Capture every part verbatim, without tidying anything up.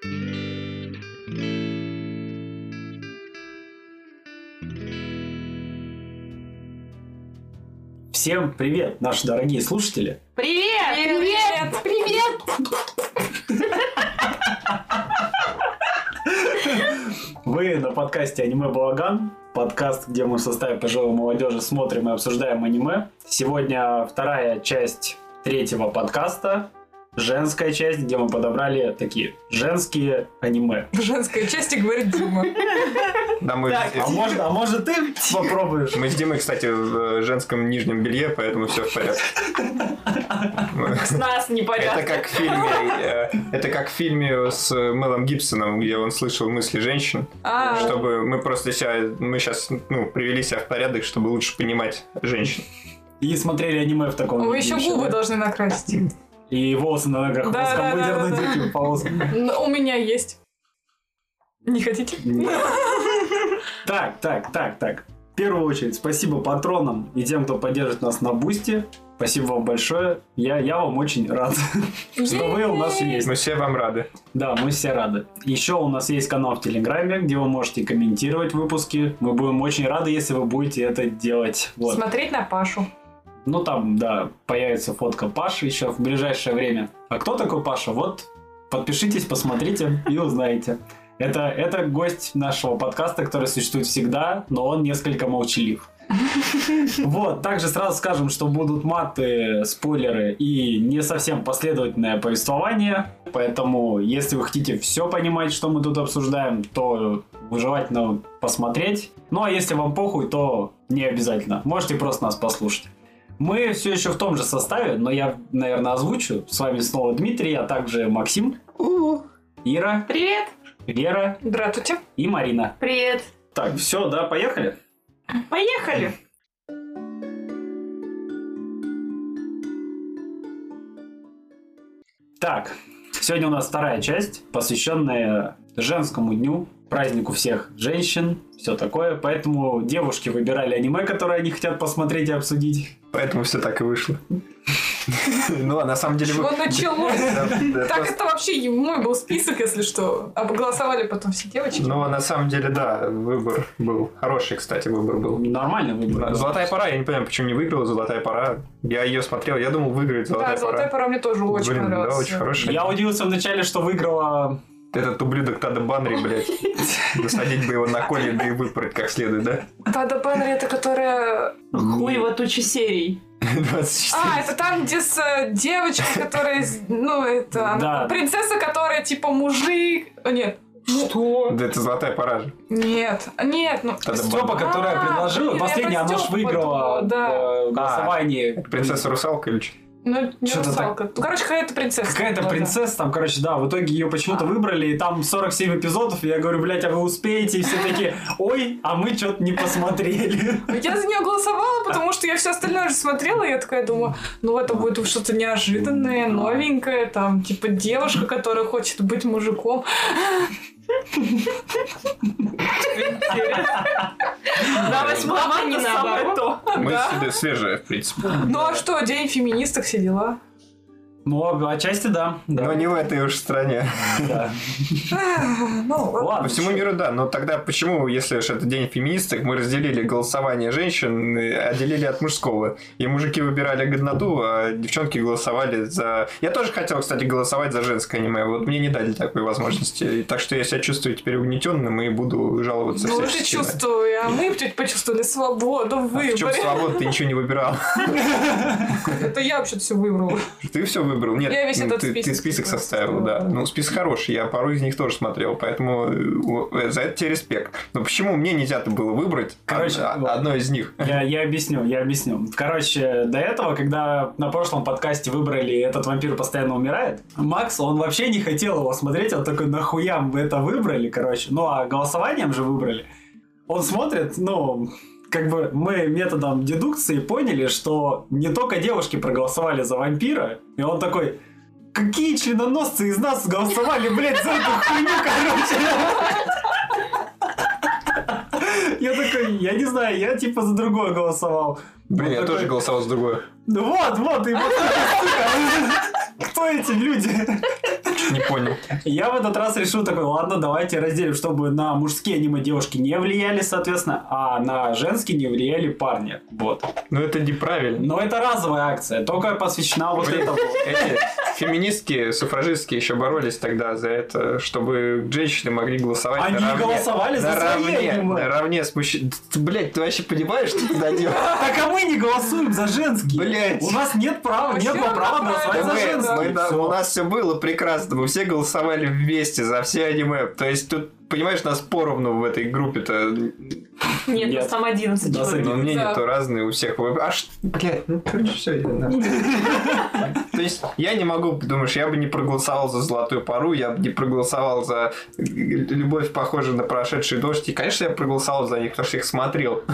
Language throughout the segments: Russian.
Всем привет, наши дорогие слушатели. Привет! Привет! Привет! Вы на подкасте «Аниме Балаган». Подкаст, где мы в составе пожилой молодежи смотрим и обсуждаем аниме. Сегодня вторая часть третьего подкаста. Женская часть, где мы подобрали такие женские аниме. В женской части говорит Дима. Да, мы... Так, а, может, а может ты попробуешь? Мы с Димой, кстати, в женском нижнем белье, поэтому все в порядке. С нас не порядок. Это как в фильме, это как в фильме с Мелом Гибсоном, где он слышал мысли женщин, А. чтобы мы просто себя, мы сейчас ну, привели себя в порядок, чтобы лучше понимать женщин. И смотрели аниме в таком Вы виде еще губы да? должны накрасить. И волосы на ногах Да, воском да, да, выдернуть да, этими полосками. У меня есть. Не хотите? Так, так, так, так. В первую очередь, спасибо патронам и тем, кто поддержит нас на Бусти. Спасибо вам большое. Я, я вам очень рад, что вы у нас есть. Мы все вам рады. Да, мы все рады. Еще у нас есть канал в Телеграме, где вы можете комментировать выпуски. Мы будем очень рады, если вы будете это делать. Вот. Смотреть на Пашу. Ну там, да, появится фотка Паши еще в ближайшее время. А кто такой Паша? Вот, подпишитесь, посмотрите и узнаете. Это, это гость нашего подкаста, который существует всегда, но он несколько молчалив. Вот, также сразу скажем, что будут маты, спойлеры и не совсем последовательное повествование. Поэтому, если вы хотите все понимать, что мы тут обсуждаем, то желательно посмотреть. Ну а если вам похуй, то не обязательно. Можете просто нас послушать. Мы все еще в том же составе, но я, наверное, озвучу. С вами снова Дмитрий, а также Максим, У-у. Ира, Привет. Вера Здравствуйте. и Марина. Привет. Так, все, да, поехали? Поехали. Так, сегодня у нас вторая часть, посвященная женскому дню, празднику всех женщин, все такое. Поэтому девушки выбирали аниме, которое они хотят посмотреть и обсудить. Поэтому все так и вышло. Ну, а на самом деле... Что началось? Так это вообще мой был список, если что. А голосовали потом все девочки. Ну, а на самом деле, да, выбор был. Хороший, кстати, выбор был. Нормальный выбор. Золотая пора, я не понимаю, почему не выиграла Золотая пора. Я ее смотрел, я думал, выиграет Золотая Да, пора. Золотая пора мне тоже очень Блин, понравилась. да, очень хорошая. Я удивился вначале, что выиграла... Этот ублюдок Тада Банри, блядь. Засадить бы его на коле, да и выпороть как следует, да? Тада Банри, это которая... Хуево тучи серий. двадцать четыре. А, это там, где с э, девочкой, которая... Ну, это... она- Да. Принцесса, которая типа мужик... О, нет. Что? Да это Золотая пора же. Нет. Нет, ну... Тада Степа, Банри. которая А, предложила, блин, я последняя, про она же Стёпу выиграла подумала, да. в голосовании. Принцесса-русалка или что? Ну, не Что-то русалка. Ну, короче, какая-то принцесса. Какая-то была, да. принцесса, там, короче, да, в итоге ее почему-то выбрали, и там сорок семь эпизодов, и я говорю, блядь, а вы успеете? И все такие, ой, а мы что-то не посмотрели. Я за нее голосовала, потому что я все остальное уже смотрела, и я такая думаю, ну это будет что-то неожиданное, новенькое, там, типа девушка, которая хочет быть мужиком. На восьмое марта не наоборот. Мы Да. сюда свежие, в принципе. Ну а что, день феминисток, все дела. Ну, отчасти да. да. Но не в этой уж стране. Да. Ну, Ладно. По всему миру, да. Но тогда почему, если уж это день феминисток, мы разделили голосование женщин, и отделили от мужского. И мужики выбирали годноту, а девчонки голосовали за... Я тоже хотел, кстати, голосовать за женское аниме. Вот мне не дали такой возможности. И так что я себя чувствую теперь угнетенным и буду жаловаться ну, всячески. уже чувствую, а мы чуть почувствовали свободу в А в чем выборе. свобода? Ты ничего не выбирал. Это я вообще-то все выбрала. Ты все выбрал. Нет, Я весь ну, этот ты, список ты список просто составил, да. составила. Ну, список хороший, я пару из них тоже смотрел, поэтому э, за это тебе респект. Но почему мне нельзя-то было выбрать Короче, од- вот. одно из них? Я, я объясню, я объясню. Короче, до этого, когда на прошлом подкасте выбрали «Этот вампир постоянно умирает», Макс, он вообще не хотел его смотреть, он такой, нахуя вы это выбрали, короче. Ну, а голосованием же выбрали. Он смотрит, ну... Как бы мы методом дедукции поняли, что не только девушки проголосовали за вампира, и он такой, какие членоносцы из нас голосовали, блядь, за эту хуйню, короче. Я такой, я не знаю, я типа за другое голосовал. Блин, Он я такой, тоже голосовал за другое. Ну вот, вот, и вот, сука, кто эти люди? Не понял. Я в этот раз решил такой, ладно, давайте разделим, чтобы на мужские аниме-девушки не влияли, соответственно, а на женские не влияли парни. Вот. Ну это неправильно. Но это разовая акция, только посвящена вот этому. Эти феминистки, суфражистки еще боролись тогда за это, чтобы женщины могли голосовать Они наравне. голосовали за свои наравне, аниме. наравне с мужчинами. Блять, ты вообще понимаешь, что ты наделал? Так а мы не голосуем за женские. Блять. У нас нет права, Вообще не было права правильно. голосовать за Мы- женские. мы- да, Всё. у нас все было прекрасно, мы все голосовали вместе за все аниме. То есть тут, понимаешь, нас поровну в этой группе-то. Нет, Нет. нас там одиннадцать Да, человек. Но мнения-то Да. разные у всех. Вы- А ш... Блядь, ну короче, все. То есть я не могу, думаешь, я бы не проголосовал за «Золотую пару», я бы не проголосовал за «Любовь, похожая на прошедший дождь». И, конечно, я проголосовал за них, потому что я их смотрел.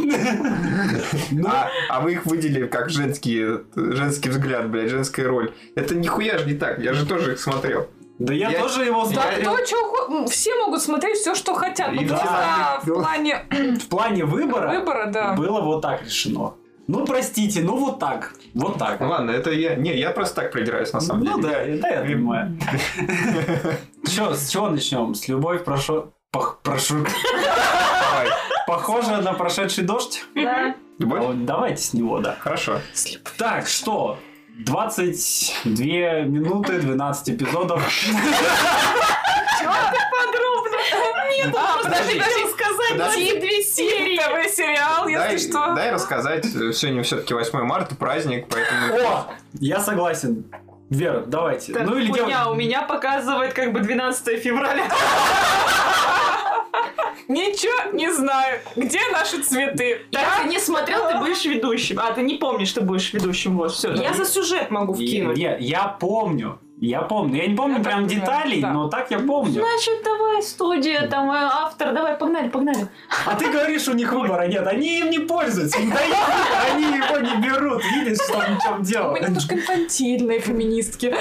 А, а вы их выделили как женские, женский взгляд, блядь, женская роль. Это нихуя же не так, я же тоже их смотрел. Да я, Я- тоже его Да, смотрел. кто что, все могут смотреть все, что хотят. И Ну, да. просто в плане В плане выбора, выбора, да. было вот так решено. Ну, простите, ну вот так. Вот так. Ну ладно, это я... Не, я просто так придираюсь, на самом Ну деле. да, да, я понимаю. Чё, с чего начнем? С любовь прошу... пох- прошу... Давай. Похоже на прошедший дождь? Да. А Любовь? вот давайте с него, да. Хорошо. Так, что? двадцать две минуты, двенадцать эпизодов. Подробно. Нет, А, просто подожди, хочу сказать, подожди. двадцать две серии. ТВ сериал, если Дай, что. дай рассказать. Сегодня все-таки восьмое марта, праздник, поэтому... О, я согласен. Вера, давайте. Так, ну или хуйня, девушка. у меня показывает как бы двенадцатое февраля. Ничего не знаю. Где наши цветы? Так, ты не смотрел, ты будешь ведущим. А, ты не помнишь, что будешь ведущим. Вот, все. Я за сюжет могу вкинуть. Нет, я помню. Я помню. Я не помню Я прям так понимаю, деталей, да. но так я помню. Значит, давай, студия, там, э, автор, давай, погнали, погнали. А ты говоришь, у них выбора нет. Они им не пользуются. Им дают выбор, они его не берут. Видишь, что в чем Мы дело? немножко инфантильные феминистки.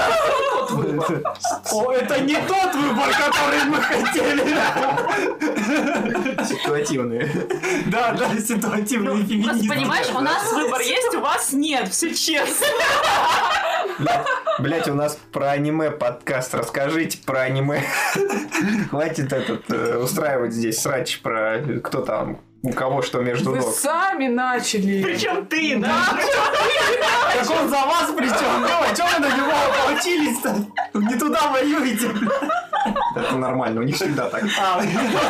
О, это не тот выбор, который мы хотели. Ситуативные. Да, да, ситуативные Просто феминистки. понимаешь, у нас выбор есть, у вас нет, все честно. Блять, у нас про аниме подкаст. Расскажите про аниме. Хватит этот э, устраивать здесь срач про кто там, у кого что между Вы ног. сами начали. Причем ты, да? Так он за вас причем. Ну, чё вы на него получились-то? Не туда воюете. Это нормально, у них всегда так. А,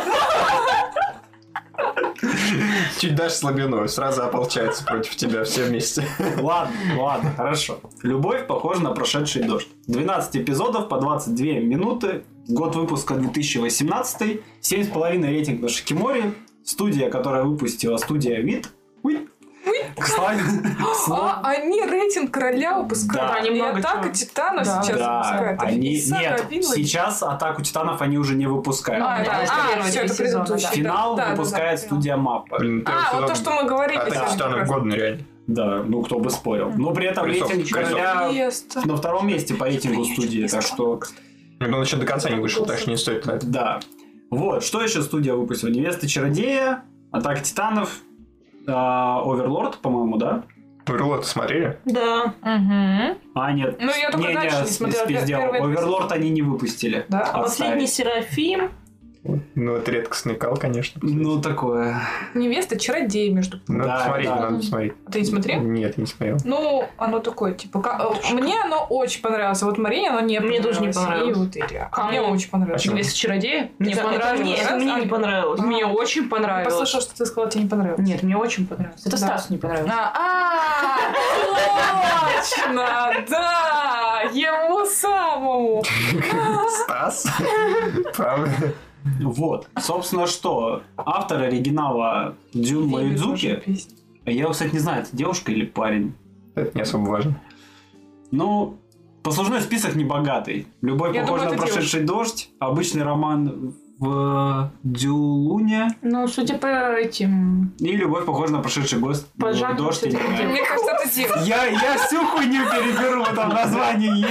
Чуть дашь слабину, сразу ополчаются против тебя все вместе. Ладно, ладно, хорошо. Любовь похожа на прошедший дождь. двенадцать эпизодов по двадцать две минуты. Год выпуска две тысячи восемнадцатый. семь с половиной рейтинг на Шикимори. Студия, которая выпустила, студия Вид. Уи. К славе. к слову. А они рейтинг короля выпускают. Да. Они Они много Атака чего. Титанов Да. сейчас Да, выпускают. они... Офигеть, Нет, Сабина. сейчас Атаку Титанов они уже не выпускают. А, Да, да, это а, первые все, три это сезона, предыдущий. да. Финал Да, да, выпускает да, студия Маппа. Блин, первый А, вот то, сезон что мы говорили. Атаки да, как Титанов раз. годный реально. Да, ну кто бы спорил. Но при этом Колесо, рейтинг колесо. короля Место. на втором месте по рейтингу студии. Так что, Ну, он еще до конца не вышел, так что не стоит на это. да. Вот, что еще студия выпустила? Невеста Чародея, Атака Титанов, Оверлорд, по-моему, да? Рулот смотрели? Да. Мгм. А, нет. Ну, я только дальше не смотрела, спиздел. первые Оверлорд они не выпустили. Да. А последний Серафим. Ну, это редкостный кал, конечно. Ну, такое. Невеста чародей, между прочим. Надо Да, смотреть, да. надо смотреть. Ты не смотрел? Нет, не смотрел. Ну, оно такое, типа, ка- э, мне оно очень понравилось. А вот Марине оно не Мне тоже не понравилось. понравилось. И вот Илья. Кому? Мне очень понравилось. Почему? Невеста чародея? Мне Это- это понравилось. мне, Это да? мне А, не понравилось. а. Мне очень понравилось. Послушал, что ты сказала, тебе не понравилось. Нет, мне очень понравилось. Это Да. Стасу не понравилось. А, а, точно, да, ему самому. Стас? Правда? Вот. Собственно, что? Автор оригинала Дзюн Маэдзуки. Я его, кстати, не знаю, это девушка или парень. Это не особо важно. Ну, послужной список небогатый. Любовь Я похожа думаю, на это прошедший дождь. Обычный роман в Дюлуне. Ну, судя по этим... И любовь похожа на прошедший гость. По жанру Дождь. всё-таки и- девушка. Мне кажется, это девушка. Я, я всю хуйню переберу в этом названии,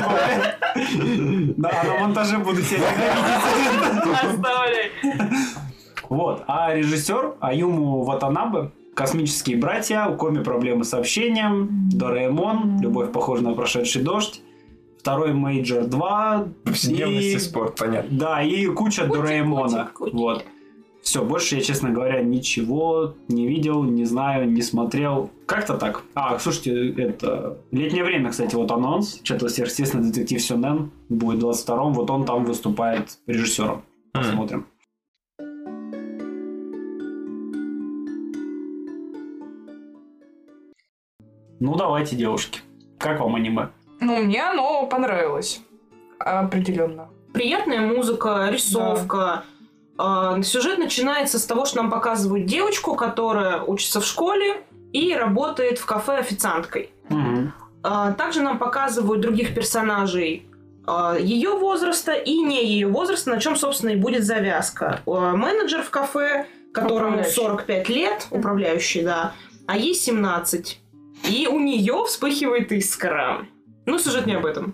ей-богу. Да, а на монтаже буду себя ненавидеть. Оставляй. Вот. А режиссер Аюму Ватанабе, «Космические братья», «У Коми проблемы с общением», «Дораэмон», «Любовь похожа на прошедший дождь». второй Мейджор два. Повседневность и и спорт, понятно. Да, и куча Кутик, Дораэмона. кутик, кутик. Вот. Все, больше я, честно говоря, ничего не видел, не знаю, не смотрел. Как-то так. А, слушайте, это... Летнее время, кстати, вот анонс. Что-то сверхъестественный детектив Сюнэн будет в двадцать втором. Вот он там выступает режиссером. Посмотрим. Ну, давайте, девушки. Как вам аниме? Ну, мне оно понравилось. Определенно. Приятная музыка, рисовка. Да. Сюжет начинается с того, что нам показывают девочку, которая учится в школе и работает в кафе официанткой. Угу. Также нам показывают других персонажей ее возраста и не ее возраста, на чем, собственно, и будет завязка. Менеджер в кафе, которому сорок пять лет, управляющий, да, а ей семнадцать. И у нее вспыхивает искра. Ну, сюжет не об этом.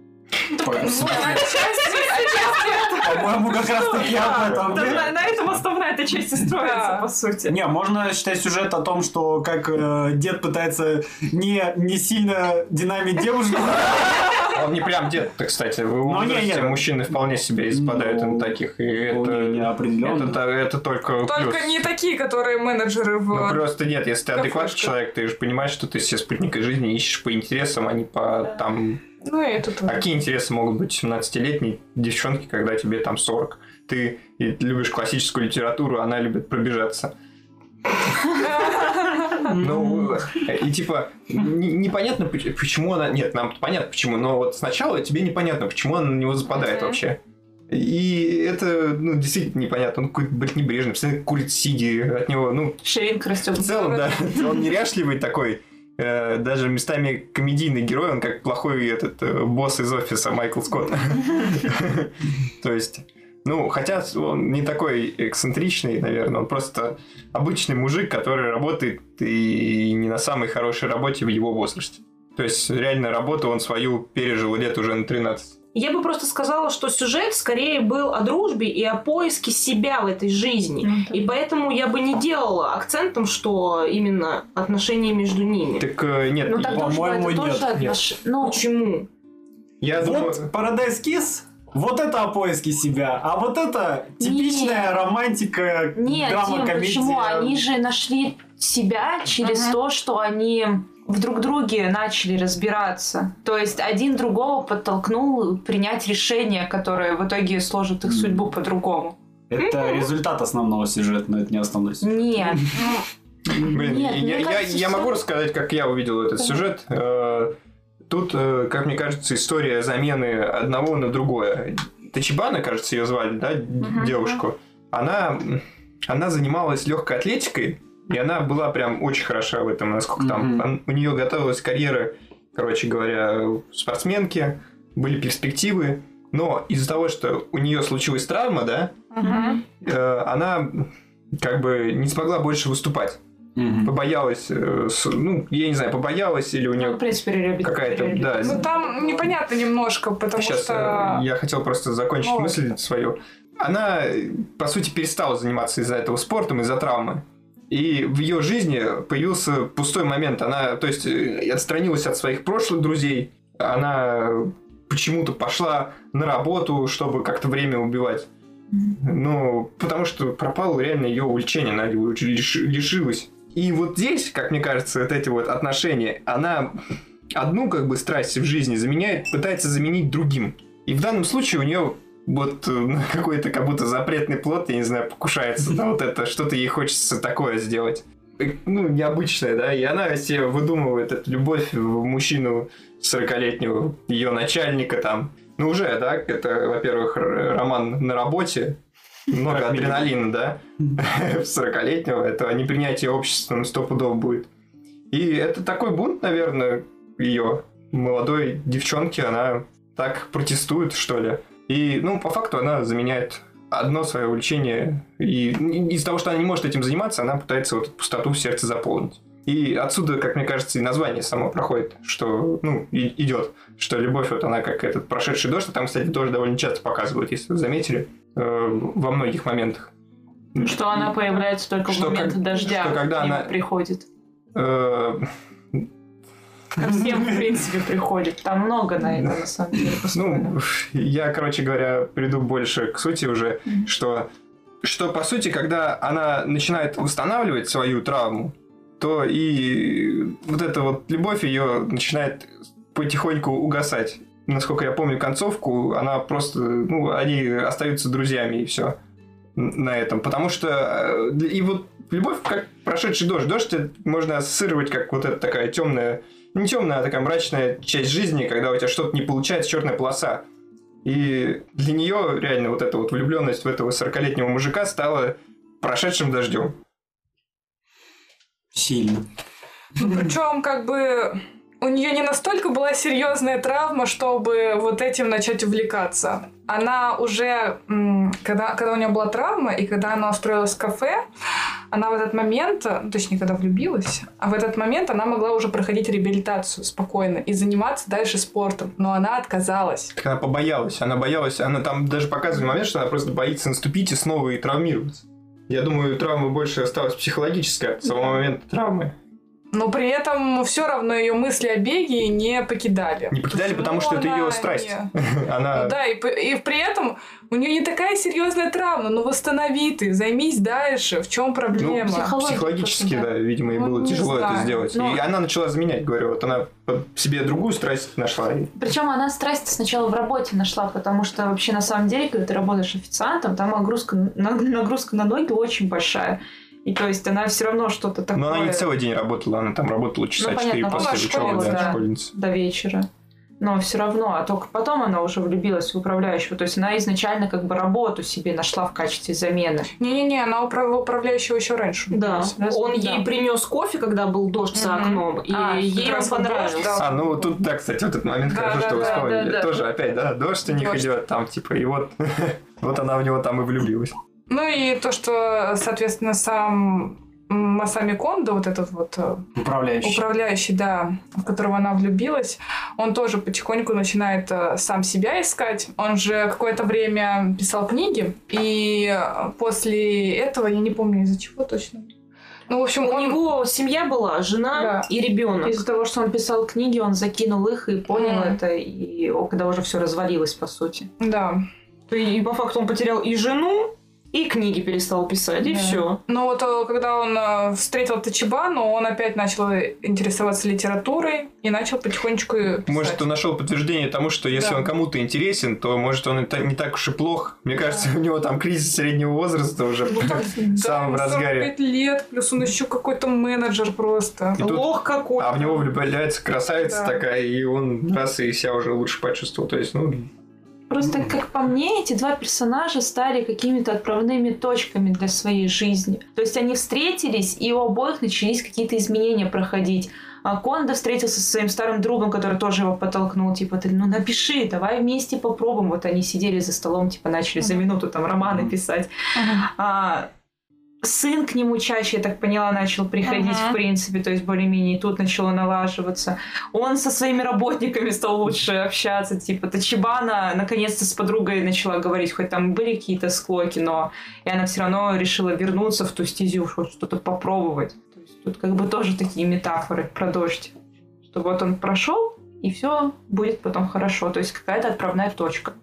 По-моему, как раз таки об этом. На этом основная эта часть и строится, по сути. Не, можно считать сюжет о том, что как э, дед пытается не, не сильно динамить девушку. Он не прям дед-то, кстати. В возрасте мужчины вполне себе испадают на таких. И это, это только Только плюс. не такие, которые менеджеры в... Ну, просто нет, если ты адекватный кафешке. человек, ты же понимаешь, что ты себе спутника жизни ищешь по интересам, а не по там... Ну, и это тоже. Какие интересы могут быть семнадцатилетней девчонки, когда тебе там сорок? Ты любишь классическую литературу, она любит пробежаться. Ну, и типа, непонятно, почему она... Нет, нам понятно, почему, но вот сначала тебе непонятно, почему она на него западает вообще. И это, ну, действительно непонятно. Он какой-то, блядь, небрежный, постоянно курит сиги от него, ну... Ширинка растет. В целом, да, он неряшливый такой. Даже местами комедийный герой, он как плохой этот босс из офиса Майкл Скотт. То есть, ну, хотя он не такой эксцентричный, наверное, он просто обычный мужик, который работает и не на самой хорошей работе в его возрасте. То есть, реально работу он свою пережил лет уже на тринадцать. Я бы просто сказала, что сюжет скорее был о дружбе и о поиске себя в этой жизни. Mm-hmm. И поэтому я бы не делала акцентом, что именно отношения между ними. Так нет, ну, так по-моему, это нет. Тоже отнош... ну, почему? Я вот думаю... Paradise Kiss, вот это о поиске себя, а вот это типичная нет. романтика, нет, драма, Дим, комедия. Почему? Они же нашли себя через uh-huh. то, что они в друг друге начали разбираться. То есть один другого подтолкнул принять решение, которое в итоге сложит их mm. судьбу по-другому. Это mm-hmm. результат основного сюжета, но это не основной сюжет. Нет. Блин, Нет, я, я, кажется, я что... могу рассказать, как я увидел этот сюжет. Тут, как мне кажется, история замены одного на другое. Тачибана, кажется, ее звали, да, uh-huh. девушку. Она, она занималась легкой атлетикой, и она была прям очень хороша в этом, насколько uh-huh. там. У нее готовилась карьера, короче говоря, спортсменки, были перспективы. Но из-за того, что у нее случилась травма, да, uh-huh. она как бы не смогла больше выступать. Mm-hmm. Побоялась, ну, я не знаю, побоялась или у нее ну, в принципе, какая-то, да. Ну, там непонятно немножко, потому Сейчас что... я хотел просто закончить ну, мысль свою. Она, по сути, перестала заниматься из-за этого спортом, из-за травмы. И в ее жизни появился пустой момент. Она, то есть, отстранилась от своих прошлых друзей. Она почему-то пошла на работу, чтобы как-то время убивать. Mm-hmm. Ну, потому что пропало реально ее увлечение, она лиш, лишилась. И вот здесь, как мне кажется, вот эти вот отношения, она одну как бы страсть в жизни заменяет, пытается заменить другим. И в данном случае у нее вот какой-то как будто запретный плод, я не знаю, покушается на вот это, что-то ей хочется такое сделать. Ну, необычное, да, и она себе выдумывает эту любовь в мужчину сорокалетнего, ее начальника там. Ну, уже, да, это, во-первых, роман на работе, много адреналина, да, в сорокалетнего, это непринятие обществом стопудово будет. И это такой бунт, наверное, ее молодой девчонки, она так протестует, что ли. И, ну, по факту она заменяет одно свое увлечение, и из-за того, что она не может этим заниматься, она пытается вот эту пустоту в сердце заполнить. И отсюда, как мне кажется, и название само проходит, что, ну, и, идет, что любовь, вот она как этот прошедший дождь, а там, кстати, тоже довольно часто показывают, если вы заметили, э, во многих моментах. Что она появляется только что в момент как, дождя, что когда она приходит. Э, Ко всем, в принципе, приходит. Там много на это, на самом деле, построено. Ну, я, короче говоря, приду больше к сути уже, mm-hmm. что, что, по сути, когда она начинает восстанавливать свою травму, то и вот эта вот любовь ее начинает потихоньку угасать. Насколько я помню концовку, она просто, ну, они остаются друзьями и все на этом. Потому что и вот любовь как прошедший дождь. Дождь можно ассоциировать как вот эта такая темная, не темная, а такая мрачная часть жизни, когда у тебя что-то не получается, черная полоса. И для нее реально вот эта вот влюбленность в этого сорокалетнего мужика стала прошедшим дождем. Сильно. Причем, как бы, у нее не настолько была серьезная травма, чтобы вот этим начать увлекаться. Она уже, когда, когда у нее была травма, и когда она устроилась в кафе, она в этот момент, точнее, когда влюбилась, а в этот момент она могла уже проходить реабилитацию спокойно и заниматься дальше спортом. Но она отказалась. Так она побоялась. Она боялась. Она там даже показывает момент, что она просто боится наступить и снова и травмироваться. Я думаю, травма больше осталась психологическая от самого момента травмы. Но при этом все равно ее мысли о беге не покидали. Не покидали, потому что это ее страсть. Не... Она... Ну, да, и, и при этом у нее не такая серьезная травма. Ну восстанови ты, займись дальше. В чем проблема? Ну, психологически, да, видимо, ей ну, было тяжело знаю. это сделать. Но... И она начала заменять, говорю, вот она себе другую страсть нашла. Причем она страсть сначала в работе нашла, потому что вообще на самом деле, когда ты работаешь официантом, там нагрузка, нагрузка на ноги очень большая. И то есть она все равно что-то такое... Но она не целый день работала, она там работала часа четыре ну, после учебы, да, школьница. До вечера. Но все равно, а только потом она уже влюбилась в управляющего. То есть она изначально как бы работу себе нашла в качестве замены. Не-не-не, она управ... управляющего еще раньше. Да, Раз... он да. ей принес кофе, когда был дождь за окном, и а, ей он понравился. Дождь, да. А, ну тут, да, кстати, вот этот момент, да, хорошо, да, что вы да, вспомнили. да, да. Тоже опять, да, дождь у них Дождь. идет там, типа, и вот, вот она в него там и влюбилась. Ну и то, что, соответственно, сам Масами Кондо, вот этот вот управляющий. управляющий, да, в которого она влюбилась, он тоже потихоньку начинает сам себя искать. Он же какое-то время писал книги, и после этого, я не помню из-за чего точно. Ну, в общем, у он... него семья была, жена да. и ребенок. Из-за того, что он писал книги, он закинул их и понял mm. это, и когда уже все развалилось, по сути. Да. И по факту он потерял и жену, и книги перестал писать, и да. все. Но вот когда он встретил Тачибану, он опять начал интересоваться литературой и начал потихонечку писать. Может, он нашел подтверждение тому, что если да. он кому-то интересен, то, может, он не так уж и плох. Мне кажется, да. у него там кризис среднего возраста уже ну, так, в самом да, разгаре. сорок пять лет, плюс он еще какой-то менеджер просто. И тут, лох какой-то. А в него влюбляется красавица да. такая, и он раз и себя уже лучше почувствовал. То есть, ну... Просто, как по мне, эти два персонажа стали какими-то отправными точками для своей жизни. То есть они встретились, и у обоих начались какие-то изменения проходить. А Кондо встретился со своим старым другом, который тоже его подтолкнул. Типа, ты, ну напиши, давай вместе попробуем. Вот они сидели за столом, типа, начали за минуту там романы писать. А, сын к нему чаще, я так поняла, начал приходить, uh-huh. в принципе, то есть более-менее и тут начало налаживаться. Он со своими работниками стал лучше общаться, типа Тачибана наконец-то с подругой начала говорить, хоть там были какие-то склоки, но и она все равно решила вернуться в ту стезю, что-то попробовать. То есть тут как бы тоже такие метафоры про дождь, что вот он прошел и все будет потом хорошо, то есть какая-то отправная точка.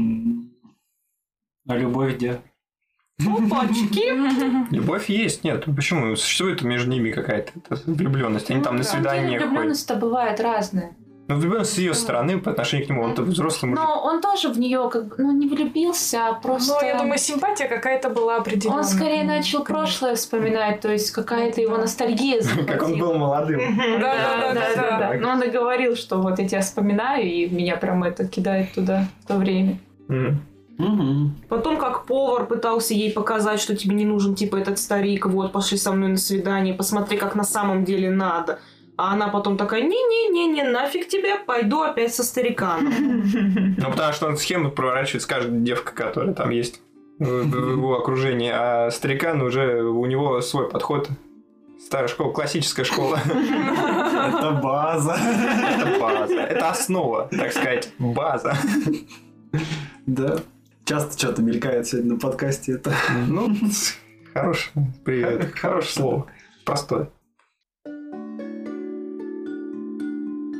А любовь где? Опачки. Любовь есть, нет. Почему? Существует между ними какая-то влюбленность. Они ну, там на свидание ходят. Влюбленность-то бывает разная. Ну, влюбленность с ее стороны по отношению к нему. Он-то взрослый мужик. Но он тоже в нее как бы, ну, не влюбился, а просто... Ну, я думаю, симпатия какая-то была определенная. Он скорее начал прошлое вспоминать, то есть какая-то его ностальгия захватила. Как он был молодым. Да-да-да. Но он и говорил, что вот я тебя вспоминаю, и меня прям это кидает туда в то время. Угу. Потом как повар пытался ей показать, что тебе не нужен типа этот старик, вот, пошли со мной на свидание, посмотри, как на самом деле надо. А она потом такая, не-не-не-не, нафиг тебе, пойду опять со стариканом. Ну, потому что он схему проворачивает с каждой девкой, которая там есть в его окружении, а старикан уже, у него свой подход. Старая школа, классическая школа. Это база. Это база. Это основа, так сказать, база. Да. Часто что-то мелькает сегодня на подкасте это. Ну, хорошее, привет. Хорошее слово. Простое.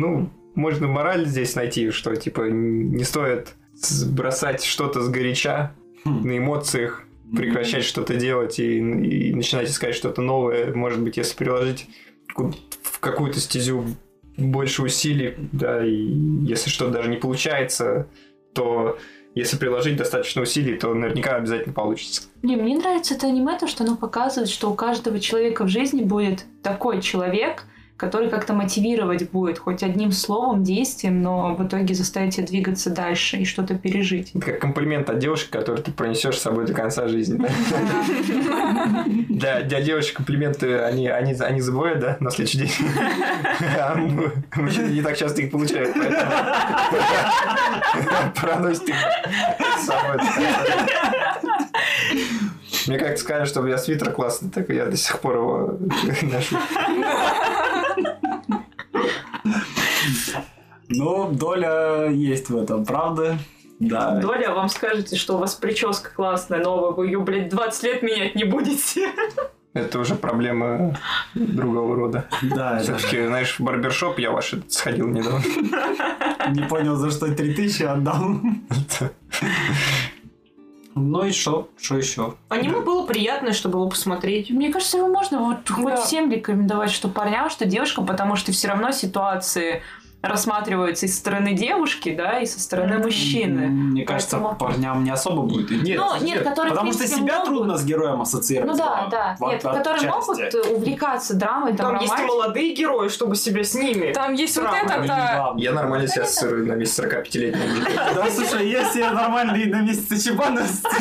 ну, можно мораль здесь найти, что, типа, не стоит бросать что-то сгоряча хм. на эмоциях, прекращать mm-hmm. что-то делать и, и начинать искать что-то новое. Может быть, если приложить в какую-то стезю больше усилий, да, и если что-то даже не получается, то если приложить достаточно усилий, то наверняка обязательно получится. Не, мне нравится это аниме, то, что оно показывает, что у каждого человека в жизни будет такой человек, который как-то мотивировать будет хоть одним словом, действием, но в итоге заставить тебя двигаться дальше и что-то пережить. Это как комплимент от девушки, который ты пронесешь с собой до конца жизни. Для девушек комплименты они они забывают, да, на следующий день. А мужчины не так часто их получают, поэтому проносят их с собой до конца. Мне как-то сказали, что у меня свитер классный, так я до сих пор его ношу. Ну, доля есть в этом, правда? Да. Доля, вам скажете, что у вас прическа классная, новая, вы ее, блядь, двадцать лет менять не будете. Это уже проблема другого рода. Да, все-таки, это... знаешь, в барбершоп я ваш сходил недавно. Не понял, за что три тысячи отдал. Ну и что? Что еще? Аниме было приятное, чтобы его посмотреть. Мне кажется, его можно вот хоть да. всем рекомендовать, что парням, что девушкам, потому что все равно ситуации рассматриваются и со стороны девушки, да, и со стороны мужчины. Мне кажется, Поэтому... парням не особо будет. Нет, ну, нет, которые, потому что себя могут... трудно с героем ассоциировать. Ну да, да. В, нет, в, которые части. могут увлекаться драмой, там, там есть и молодые герои, чтобы себя с ними. Там есть вот это-то. Я нормально себя ассоциирую на месте сорокапятилетнего мужика. Да, слушай, я себя нормально и на месте Тачибана.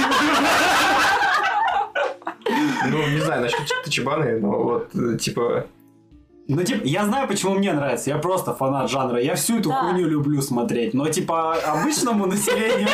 Ну, не знаю, насчет Тачибаны, но вот, типа... Ну, типа, я знаю, почему мне нравится. Я просто фанат жанра. Я всю эту да. хуйню люблю смотреть. Но, типа, обычному населению...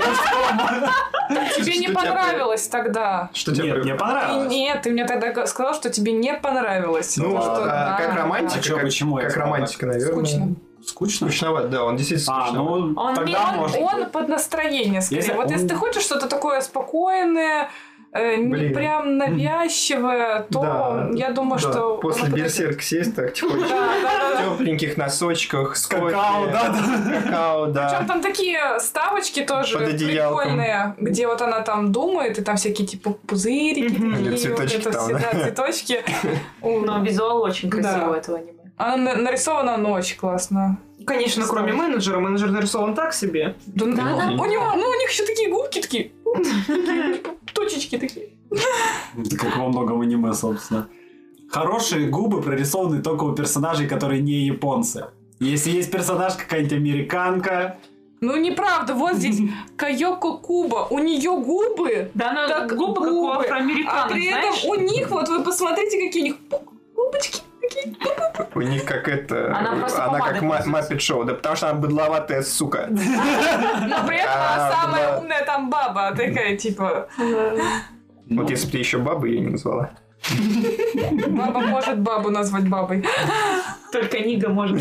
Тебе не понравилось тогда. Что тебе Нет, мне понравилось. Нет, ты мне тогда сказал, что тебе не понравилось. Ну, как романтика. Почему? Как романтика, наверное. Скучно. Скучно? Скучновато, да, он действительно а, скучновато. Ну, он, тогда он, может он под настроение, скорее. Если вот он... если ты хочешь что-то такое спокойное, э, не прям навязчивое, то да, я думаю, да. что... После берсерк сесть так, типа, в тепленьких носочках, с какао, да, да. Какао, да. Причем там такие ставочки тоже прикольные, где вот она там думает, и там всякие типа пузырики, или цветочки вот это там, все, да, цветочки. Но визуал очень красивый этого аниме. Она нарисована, но очень классно. Конечно, Что? Кроме менеджера. Менеджер нарисован так себе. Да, да, да. У него, ну, у них еще такие губки такие. Точечки такие. Как во многом аниме, собственно. Хорошие губы прорисованы только у персонажей, которые не японцы. Если есть персонаж какая-нибудь американка... Ну, неправда. Вот здесь Кайоко Куба. У нее губы... Да, она так губы, как у афроамериканцев, А при этом знаешь? у них, вот вы посмотрите, какие у них губочки. У них как это... Она просто Она как пользуется. Маппет Шоу, да потому что она быдловатая сука. Но при этом она самая умная там баба, такая типа... Вот если бы ты еще бабу ее не назвала. Баба может бабу назвать бабой. Только Нига может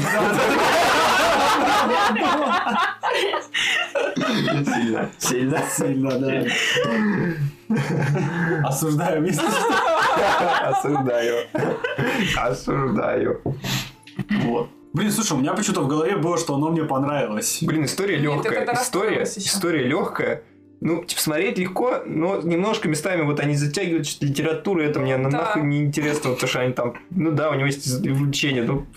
Сильно. Сильно, сильно, да. Осуждаю, если что. Осуждаю. Осуждаю. Вот. Блин, слушай, у меня почему-то в голове было, что оно мне понравилось. Блин, история легкая. История, история легкая. Ну, типа, смотреть легко, но немножко местами вот они затягивают литературу, это мне да. нахуй не интересно, потому что они там, ну да, у него есть увлечение, ну,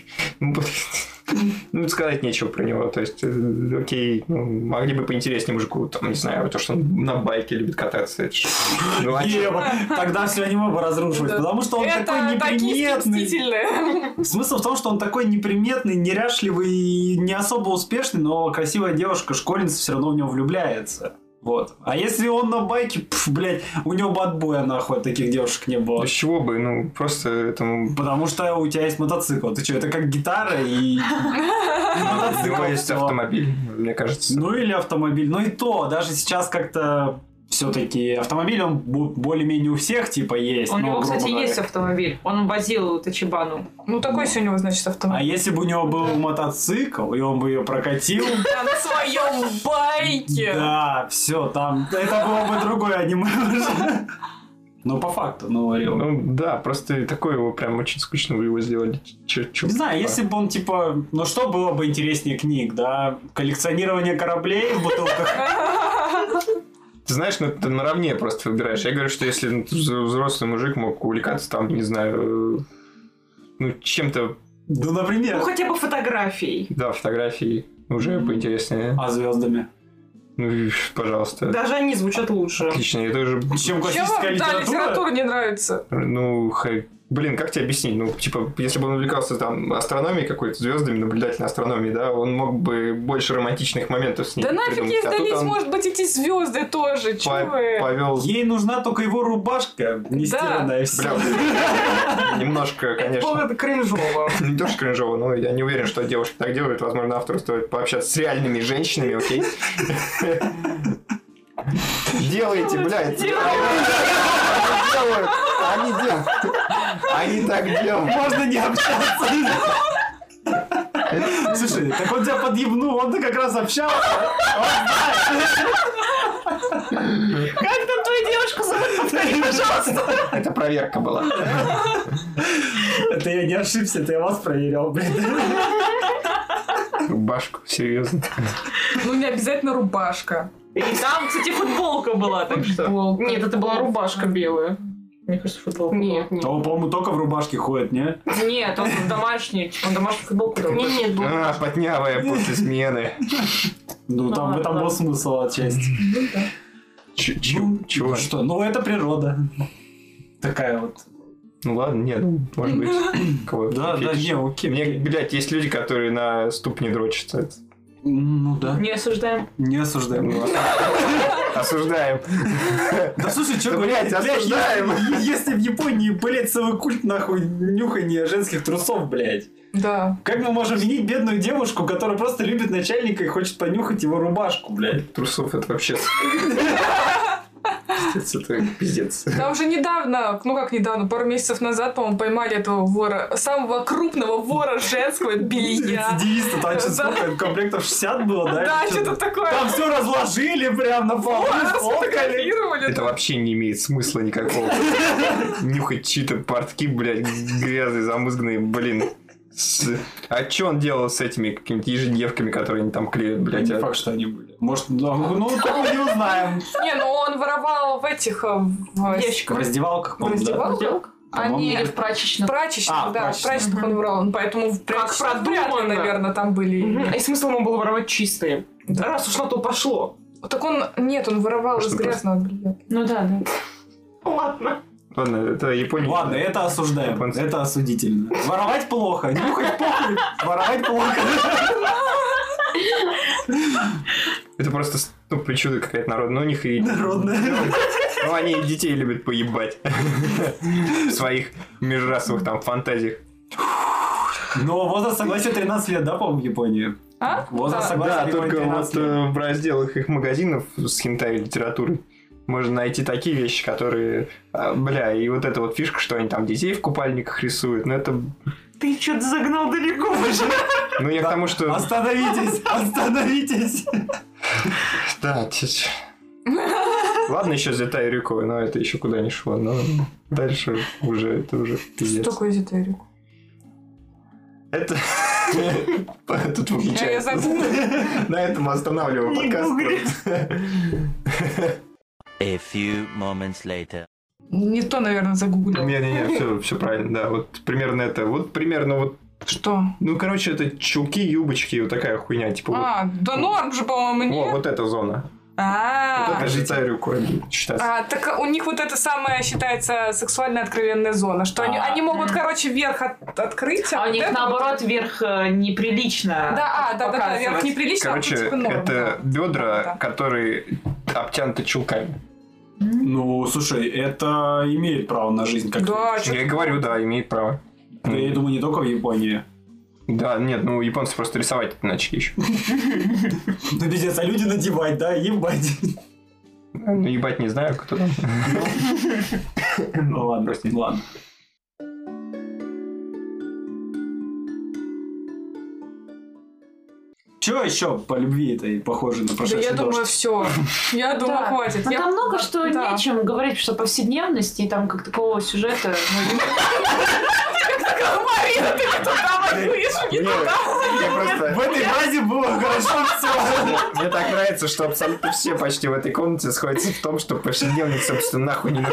ну, сказать нечего про него, то есть, окей, ну, могли бы поинтереснее мужику, там, не знаю, то, что он на байке любит кататься, это ну, а тогда все аниме бы разрушилось, потому что он такой неприметный. Смысл в том, что он такой неприметный, неряшливый и не особо успешный, но красивая девушка, школьница, все равно в него влюбляется. Вот. А если он на байке, пф, блядь, у него бы отбоя нахуй, таких девушек не было. Да с чего бы, ну, просто этому... Потому что у тебя есть мотоцикл. Ты что, это как гитара и... У него есть автомобиль, мне кажется. Ну или автомобиль. Ну и то, даже сейчас как-то... Все-таки автомобиль, он более-менее у всех типа есть. У него, кстати, есть автомобиль. Он возил Тачибану. Ну, такой ну. у него, значит, автомобиль. А если бы у него был мотоцикл, и он бы ее прокатил... На своем байке! Да, все, там... Это было бы другое аниме уже. Ну, по факту, ну, Ореол. Ну, да, просто такой его прям очень скучно вы его сделали. Чё, чё, Не знаю, если бы он, типа... Ну, что было бы интереснее книг, да? Коллекционирование кораблей в бутылках? Ты знаешь, ну, ты наравне просто выбираешь. Я говорю, что если взрослый мужик мог увлекаться там, не знаю, ну, чем-то... Ну, например. Ну, хотя бы фотографией. Да, фотографии уже mm-hmm. поинтереснее. А звездами? Ну, пожалуйста. Даже они звучат лучше. Отлично, это уже... Чем классическая литература? Да, литература? литература не нравится. Ну, хай... Блин, как тебе объяснить? Ну, типа, если бы он увлекался там астрономией какой-то, звездами, наблюдательной астрономией, да, он мог бы больше романтичных моментов с ней Да нафиг ей а сдались, может быть, эти звезды тоже. Чего вы? Повел... Ей нужна только его рубашка, нестиранная, все. Бля, немножко, конечно. Это кринжово. Не то, что кринжово, но я не уверен, что девушки так делают. Возможно, автору стоит пообщаться с реальными женщинами, окей? Делайте, блядь. Делают. Они делают. Они так делают. Можно не общаться. Слушай, так он тебя подъебнул, он-то как раз общался. Как там твою девушку зовут? Повтори, пожалуйста. Это проверка была. Это я не ошибся, это я вас проверял, блин. Рубашку, серьезно. Ну, не обязательно рубашка. И там, кстати, футболка была, так что... Футболка. Нет, это была рубашка белая. Мне кажется, футболка. Нет, нет. А он, по-моему, только в рубашке ходит, не? Нет, он домашний. Он домашнюю футболку дал. Нет, нет, был. А, потнявая после смены. Ну, там в этом был смысл отчасти. Чего? Что? Ну, это природа. Такая вот. Ну ладно, нет, может быть. Да, да, не, окей. Мне, блядь, есть люди, которые на ступни дрочатся. Ну да. Не осуждаем. Не осуждаем. Осуждаем. Да слушай, что, Да, блядь, осуждаем. Если в Японии, блядь, целый культ, нахуй, нюхания женских трусов, блядь. Да. Как мы можем винить бедную девушку, которая просто любит начальника и хочет понюхать его рубашку, блядь? Трусов это вообще... Пиздец, это пиздец. Там же недавно, ну как недавно, пару месяцев назад, по-моему, поймали этого вора, самого крупного вора женского белья. Рецидивиста, там что, сколько, комплектов шестьдесят было, да? Да, что-то такое. Там все разложили прям на полу. Сфотографировали. Это вообще не имеет смысла никакого. Нюхать чьи-то портки, блядь, грязные, замызганные, блин. С... А что он делал с этими какими-то ежедевками, которые они там клеят, блядь? Не а... факт, что они были. Может, ну, ну только не узнаем. Не, ну он воровал в этих... В ящиках. В раздевалках, В раздевалках? Они в прачечных. В прачечных, А, да, в прачечных он воровал. Поэтому в Как продумано, наверное, там были. И смысл ему было воровать чистые. Раз уж на то пошло. Так он... Нет, он воровал из грязного белья. Ну да, да. Ладно. Ладно, это Япония. Ладно, это осуждаем. Японцы. Это осудительно. Воровать плохо, нюхать похуй. Воровать плохо. Это просто, ну, причуда какая-то народная. Ну, у них и... Народная. Ну, они и детей любят поебать. В своих межрасовых там фантазиях. Но возраст согласия тринадцать лет, да, по-моему, в Японии? А? Возраст Да. согласия Да, в Японии только вот тринадцать лет. э, в разделах их магазинов с хентай литературой можно найти такие вещи, которые... а, бля, и вот эта вот фишка, что они там детей в купальниках рисуют, ну это... Ты что-то загнал далеко уже. Ну я к тому, что... Остановитесь, остановитесь. Да, ть- ладно, еще Зетай Рюко, но это еще куда не шло, но дальше уже, это уже Что пиздец. такое Зитерик? Это... Тут Я выключается. загуглю. На этом останавливаем подкаст. A few moments later. Не то, наверное, загуглил. Не-не-не, все, все правильно, да. Вот примерно это. Вот примерно вот. Что? Ну, короче, это чулки, юбочки, вот такая хуйня. Типа вот. А, да норм же, по-моему, О, нет. вот эта зона. Вот А, это же Царюку считается. а, так у них вот это самое считается сексуально откровенная зона, что они, А. они могут, короче, верх от- открыть, А у вот них это наоборот верх э, неприлично. Да, а, да, да, да, верх показывать. неприлично, Короче, а тут типа норм, это да. бедра, Да. которые обтянуты чулками. Ну, слушай, это имеет право на жизнь. Как Да, ты- чё- Я и говорю, да, имеет право. Да, я думаю, не только в Японии. Да, нет, ну японцы просто рисовать это начали еще. Ну, пиздец, а люди надевать, да, ебать. Ну, ебать, не знаю, кто там. Ну ладно, Простите. ладно. Чего еще по любви это и похоже на Да прошедший я дождь? думаю, все. Я думаю, Да. хватит. Ну, Я- там много что Да. нечем говорить, что повседневности и там как такого сюжета. ну, Марина, ты не туда воюешь, не Не, туда. я просто... В этой фразе было хорошо все. Мне так нравится, что абсолютно все почти в этой комнате сходятся в том, что повседневник, собственно, нахуй не нужен.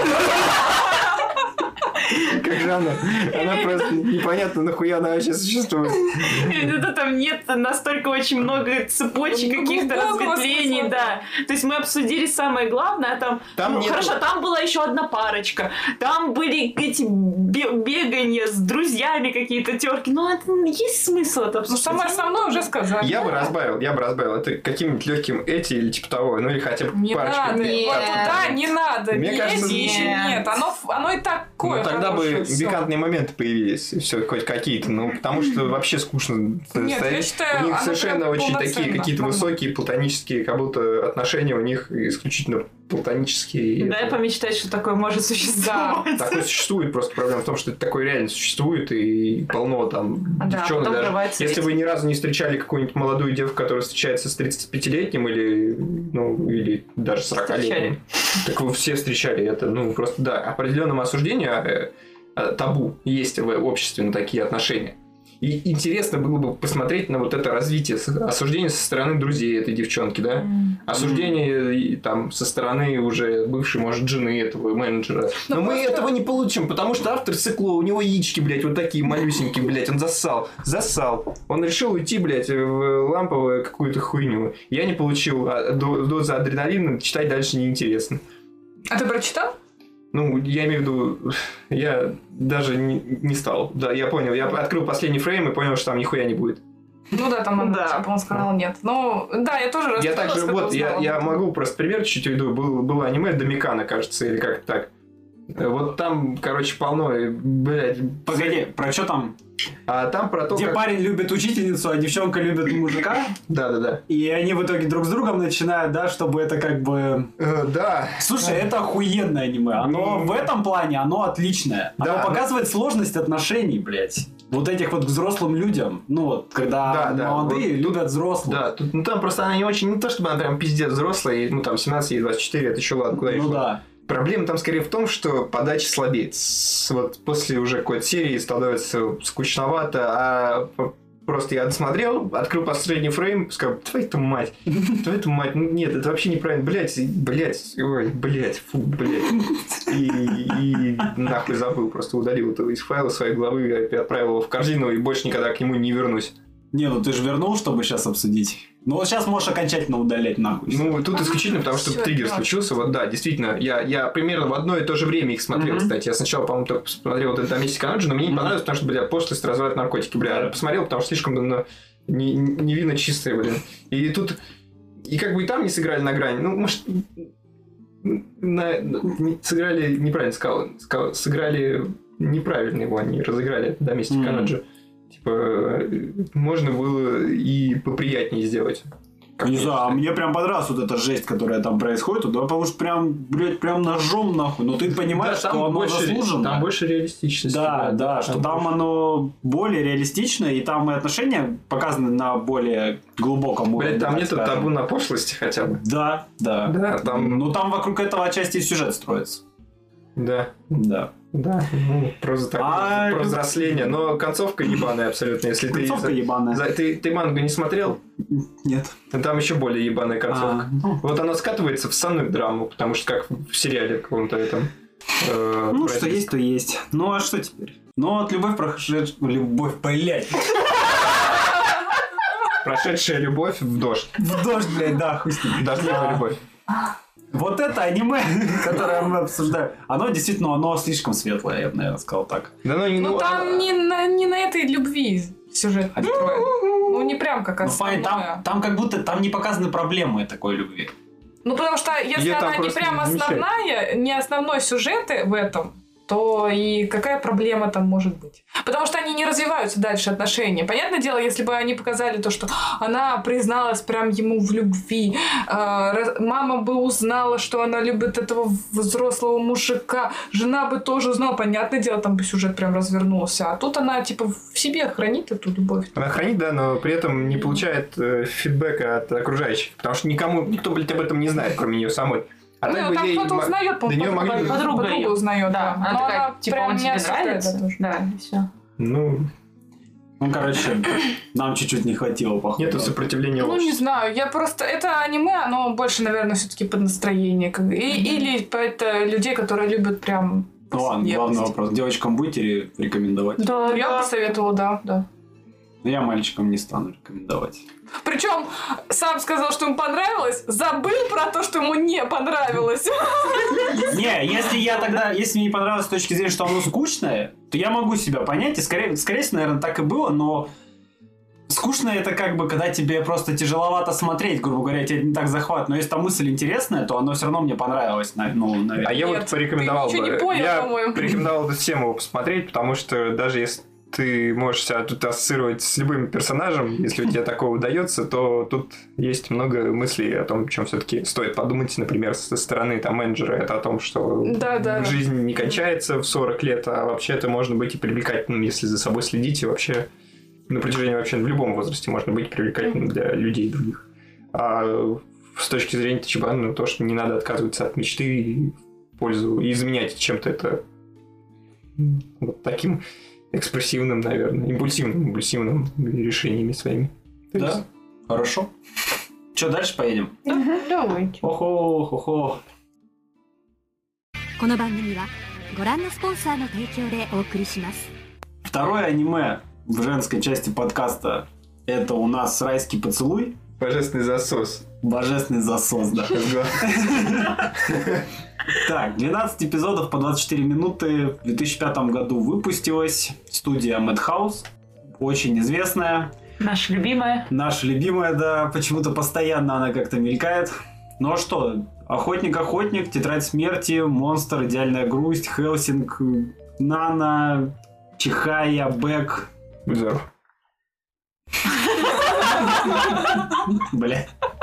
Как же она? Она просто непонятно, нахуя она вообще существует. Это там нет настолько очень много цепочек, Ну, каких-то глубокого разветвлений, смысла. да. То есть мы обсудили самое главное, а там, Там ну, нету- хорошо, там была еще одна парочка, там были эти бе- бегания с друзьями какие-то терки, но это есть смысл это Ну, обсуждать? самое основное уже сказали. Я бы разбавил, я бы разбавил. Это каким-нибудь легким эти или типа того, ну или хотя бы Не парочка. надо. Нет. Вот туда не надо. Мне Есть кажется, еще нет. нет. Оно, оно и такое. Ну, тогда бы хорошее всё. пикантные моменты появились, все хоть какие-то, ну, потому что вообще скучно Нет, стоять. я считаю, У них оно совершенно прям очень такие полноценно, какие-то нормально. высокие платонические, как будто отношения у них исключительно платонические. и Дай это- помечтать, что такое может существовать. Такое существует, просто проблема в том, что это такое реально существует, и полно там Да, девчонок потом даже. врывается Если ведь. вы ни разу не встречали какую-нибудь молодую девку, которая встречается с тридцатипятилетним или, ну, или даже сорокалетним, так вы все встречали это, ну, просто, да, определенное осуждение, э, э, табу есть в обществе на такие отношения. И интересно было бы посмотреть на вот это развитие, с- осуждение со стороны друзей этой девчонки, да? Осуждение и, там со стороны уже бывшей, может, жены этого менеджера. Но Ну, мы просто- этого не получим, потому что автор цикло, у него яички, блядь, вот такие малюсенькие, блядь, он зассал, зассал. Он решил уйти, блядь, в ламповую какую-то хуйню. Я не получил а, до- дозы адреналина, читать дальше неинтересно. А ты прочитал? Ну, я имею в виду, я даже не, не стал. Да, я понял. Я открыл последний фрейм и понял, что там нихуя не будет. Ну да, там Да. типа, он сказал нет. Ну, да, я тоже Я расстроилась, также, когда вот, я, узнала. я могу просто пример чуть-чуть веду. Был, было аниме Домикана, кажется, или как-то так. Вот там, короче, полно, и, блядь. Погоди, про что там? А там про то, Где как... парень любит учительницу, а девчонка любит мужика? Да-да-да. И они в итоге друг с другом начинают, да, чтобы это как бы... Э, да. Слушай, это охуенное аниме. Оно в этом плане, оно отличное. Оно Да, показывает сложность отношений, блядь. Вот этих вот к взрослым людям. Ну вот, когда Да, да, молодые вот любят взрослых. Да, тут, ну там просто она не очень, не то чтобы она прям пиздец взрослая, и, ну там семнадцать и двадцать четыре, это еще ладно, куда Ну еще. да. Проблема там скорее в том, что подача слабеет. С- Вот после уже какой-то серии становится скучновато, а п- просто я досмотрел, открыл последний фрейм, сказал, твою мать, твою мать, ну нет, это вообще неправильно, блять, блять, ой, блять, фу, блять. И, и нахуй забыл, просто удалил это из файла своей главы, отправил его в корзину и больше никогда к нему не вернусь. Не, ну ты же вернул, чтобы сейчас обсудить. Ну вот сейчас можешь окончательно удалять нахуй. Ну, тут исключительно потому, что Всё, триггер да. случился. Вот да, действительно, я, я примерно в одно и то же время их смотрел, Мгм. кстати. Я сначала, по-моему, только посмотрел вот этот Domestic Connection, но мне не Мгм. понравилось, потому что, бля, пошлость, разврат, наркотики, бля. Да. Посмотрел, потому что слишком ну, не- невинно чистые, блин. И тут... И как бы и там не сыграли на грани. Ну, может... на- не- сыграли неправильно сказал, сказал. Сыграли неправильно его, они разыграли Domestic Мгм. Connection. Типа, э, можно было и поприятнее сделать. Как Не мне знаю, а кажется. мне прям понравилась вот эта жесть, которая там происходит, да, потому что прям, блядь, прям ножом нахуй. Но ты понимаешь, Да, что оно больше, заслуженно. там больше реалистичности. Да, да, что там больше. оно более реалистично, и там и отношения показаны на более глубоком уровне. Блядь, там так нету скажем. табу на пошлости хотя бы. Да, да. Да, там... Ну там вокруг этого отчасти и сюжет строится. Да, Да. да. Ну, просто так, А, про взросление. Но концовка ебаная абсолютно. Если ты, Концовка за- ебаная. за- ты, ты мангу не смотрел, Нет. там еще более ебаная концовка. А, ну, Вот она скатывается в санную драму, потому что как в сериале каком-то этом. э, ну, про что это- есть, то есть. Ну, а что теперь? Ну, вот любовь прошедшая... Любовь, блядь. Прошедшая любовь в дождь. В дождь, блядь, да, хуй с ним. Дождливая любовь. Вот это аниме, которое мы обсуждаем, оно действительно, оно слишком светлое, я бы, наверное, сказал так. Да ну, не- Ну, ну, там а- не на, не на этой любви сюжет построен. Ну, не прям как Ну, файн, там, основное. там как будто там не показаны проблемы такой любви. Ну, потому что если Её там она не просто прям не замечают. основная, не основной сюжет в этом, то и какая проблема там может быть? Потому что они не развиваются дальше отношения. Понятное дело, если бы они показали то, что она призналась прям ему в любви, э, мама бы узнала, что она любит этого взрослого мужика, жена бы тоже узнала, понятное дело, там бы сюжет прям развернулся. А тут она типа в себе хранит эту любовь. Она хранит, да, но при этом не получает э, фидбэка от окружающих, потому что никому, никто, блядь, об этом не знает, кроме нее самой. А ну, так бы там ей кто-то м- узнает, до нее могли бы- Подруга подруга её. узнает, Да, да. она Но такая, она типа, прям он не тебе осуждает нравится? это тоже. Да, и все. Ну, Ну, короче, нам чуть-чуть не хватило, походу. нету сопротивления Ну, не обществу. знаю, я просто... Это аниме, оно больше, наверное, все-таки под настроение. как- И, Или по- это людей, которые любят прям... Ну ладно, главный повседневность. вопрос. Девочкам будете ре- рекомендовать? Да, Ну, я да. посоветовала, да, да. Но я мальчикам не стану рекомендовать. Причем сам сказал, что ему понравилось, забыл про то, что ему не понравилось. Не, если я тогда, если мне не понравилось с точки зрения, что оно скучное, то я могу себя понять, и скорее, скорее всего, наверное, так и было, но скучно это как бы, когда тебе просто тяжеловато смотреть, грубо говоря, тебе не так захват, но если там мысль интересная, то оно все равно мне понравилось, на- ну, наверное. А я Нет, вот порекомендовал ты ничего бы. не понял, я по-моему. порекомендовал бы всем его посмотреть, потому что даже если ты можешь себя тут ассоциировать с любым персонажем, если у тебя такое удается, то тут есть много мыслей о том, о чем все-таки стоит подумать, например, со стороны там менеджера, это о том, что Да, да. жизнь не кончается в сорок лет, а вообще это можно быть и привлекательным, если за собой следить, и вообще на протяжении вообще в любом возрасте можно быть привлекательным для людей других. А с точки зрения Тачибана, ну, то, что не надо отказываться от мечты и в пользу, и изменять чем-то это вот таким экспрессивным, наверное, импульсивным, импульсивным решениями своими. То Да? есть- Хорошо. Че, дальше поедем? Давайте. Охо, хо-хо. この番組はご覧のスポンサーの提供でお送りします。 Второе аниме в женской части подкаста — это у нас «Райский поцелуй». Божественный засос. Божественный засос, да. Так, двенадцать эпизодов по двадцать четыре минуты в две тысячи пятом году выпустилась студия Madhouse, очень известная, Наша любимая. наша любимая, да, почему-то постоянно она как-то мелькает. Ну а что, Охотник-охотник, Тетрадь смерти, Монстр, Идеальная грусть, Хелсинг, Нана, Чихая, Бэк. Будь здоров. Бля.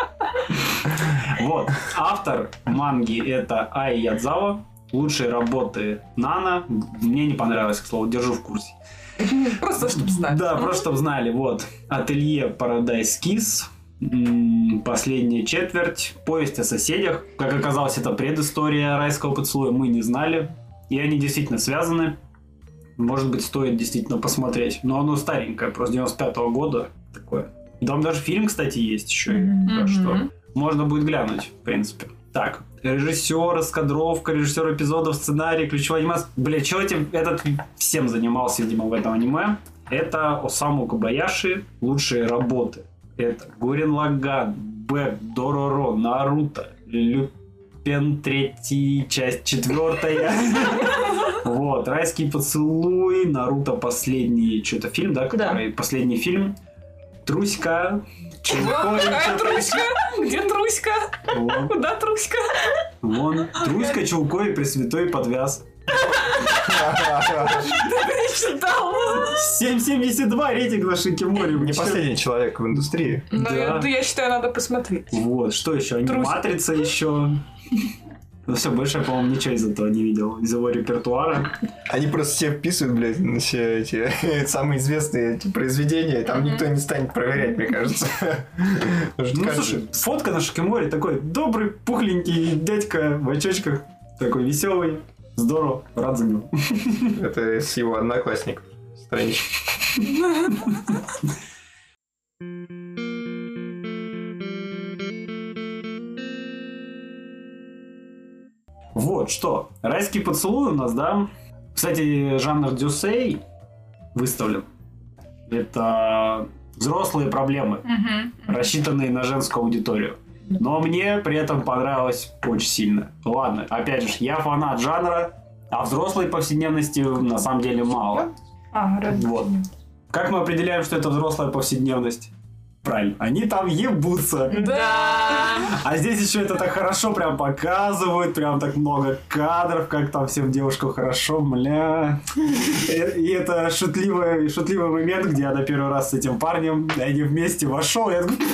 Вот. Автор манги это Ай Ядзава. Лучшие работы Нана. Мне не понравилось, к слову, держу в курсе. Просто, чтобы знать. Да, просто чтобы знали. Вот. Ателье Paradise Kiss. М, Последняя четверть. Повесть о соседях. Как оказалось, это предыстория райского поцелуя. Мы не знали. И они действительно связаны. Может быть, стоит действительно посмотреть. Но оно старенькое, просто девяносто пятого года. Такое. Там даже фильм, кстати, есть еще. Мгм. Так что можно будет глянуть, в принципе. Так, режиссер, раскадровка, режиссер эпизодов, сценарий, ключевая анимация. Бля, чего этим этот всем занимался, видимо, в этом аниме? Это Осаму Кобаяши, лучшие работы. Это Гуррен Лаганн, Бэк, Дороро, Наруто, Люпен третий, часть четвертая. Вот, Райский поцелуй, Наруто последний, что-то фильм, да, который последний фильм. Труська. Чулкой, Какая Труська? Где Труська? Вон, Куда Труська? вон. Труська, Чулкой, Пресвятой подвяз. Ты читал? семь семьдесят два рейтинг на Шикиморе. Не последний человек в индустрии. Ну, Да. я- я считаю, надо посмотреть. Вот, что еще? Труська. Матрица еще. Ну все, больше я, по-моему, ничего из этого не видел. Из его репертуара. Они просто все вписывают, блядь, на все эти самые известные эти произведения. Там никто не станет проверять, мне кажется. Потому что Ну, каждый- слушай, фотка на Шикиморе такой добрый, пухленький дядька в очочках. Такой веселый. Здорово, рад за него. Это с его одноклассников. Страничка. Вот, что. Райский поцелуй у нас, да. Кстати, жанр дюсей выставлен. Это взрослые проблемы, рассчитанные на женскую аудиторию. Но мне при этом понравилось очень сильно. Ладно, опять же, я фанат жанра, а взрослой повседневности на самом деле мало. А, ради Вот. Как мы определяем, что это взрослая повседневность? Правильно, они там ебутся. Да. А здесь еще это так хорошо прям показывают, прям так много кадров, как там всем девушкам хорошо, бля. И, и это шутливый, шутливый момент, где она первый раз с этим парнем, и они вместе вошел, и я такой...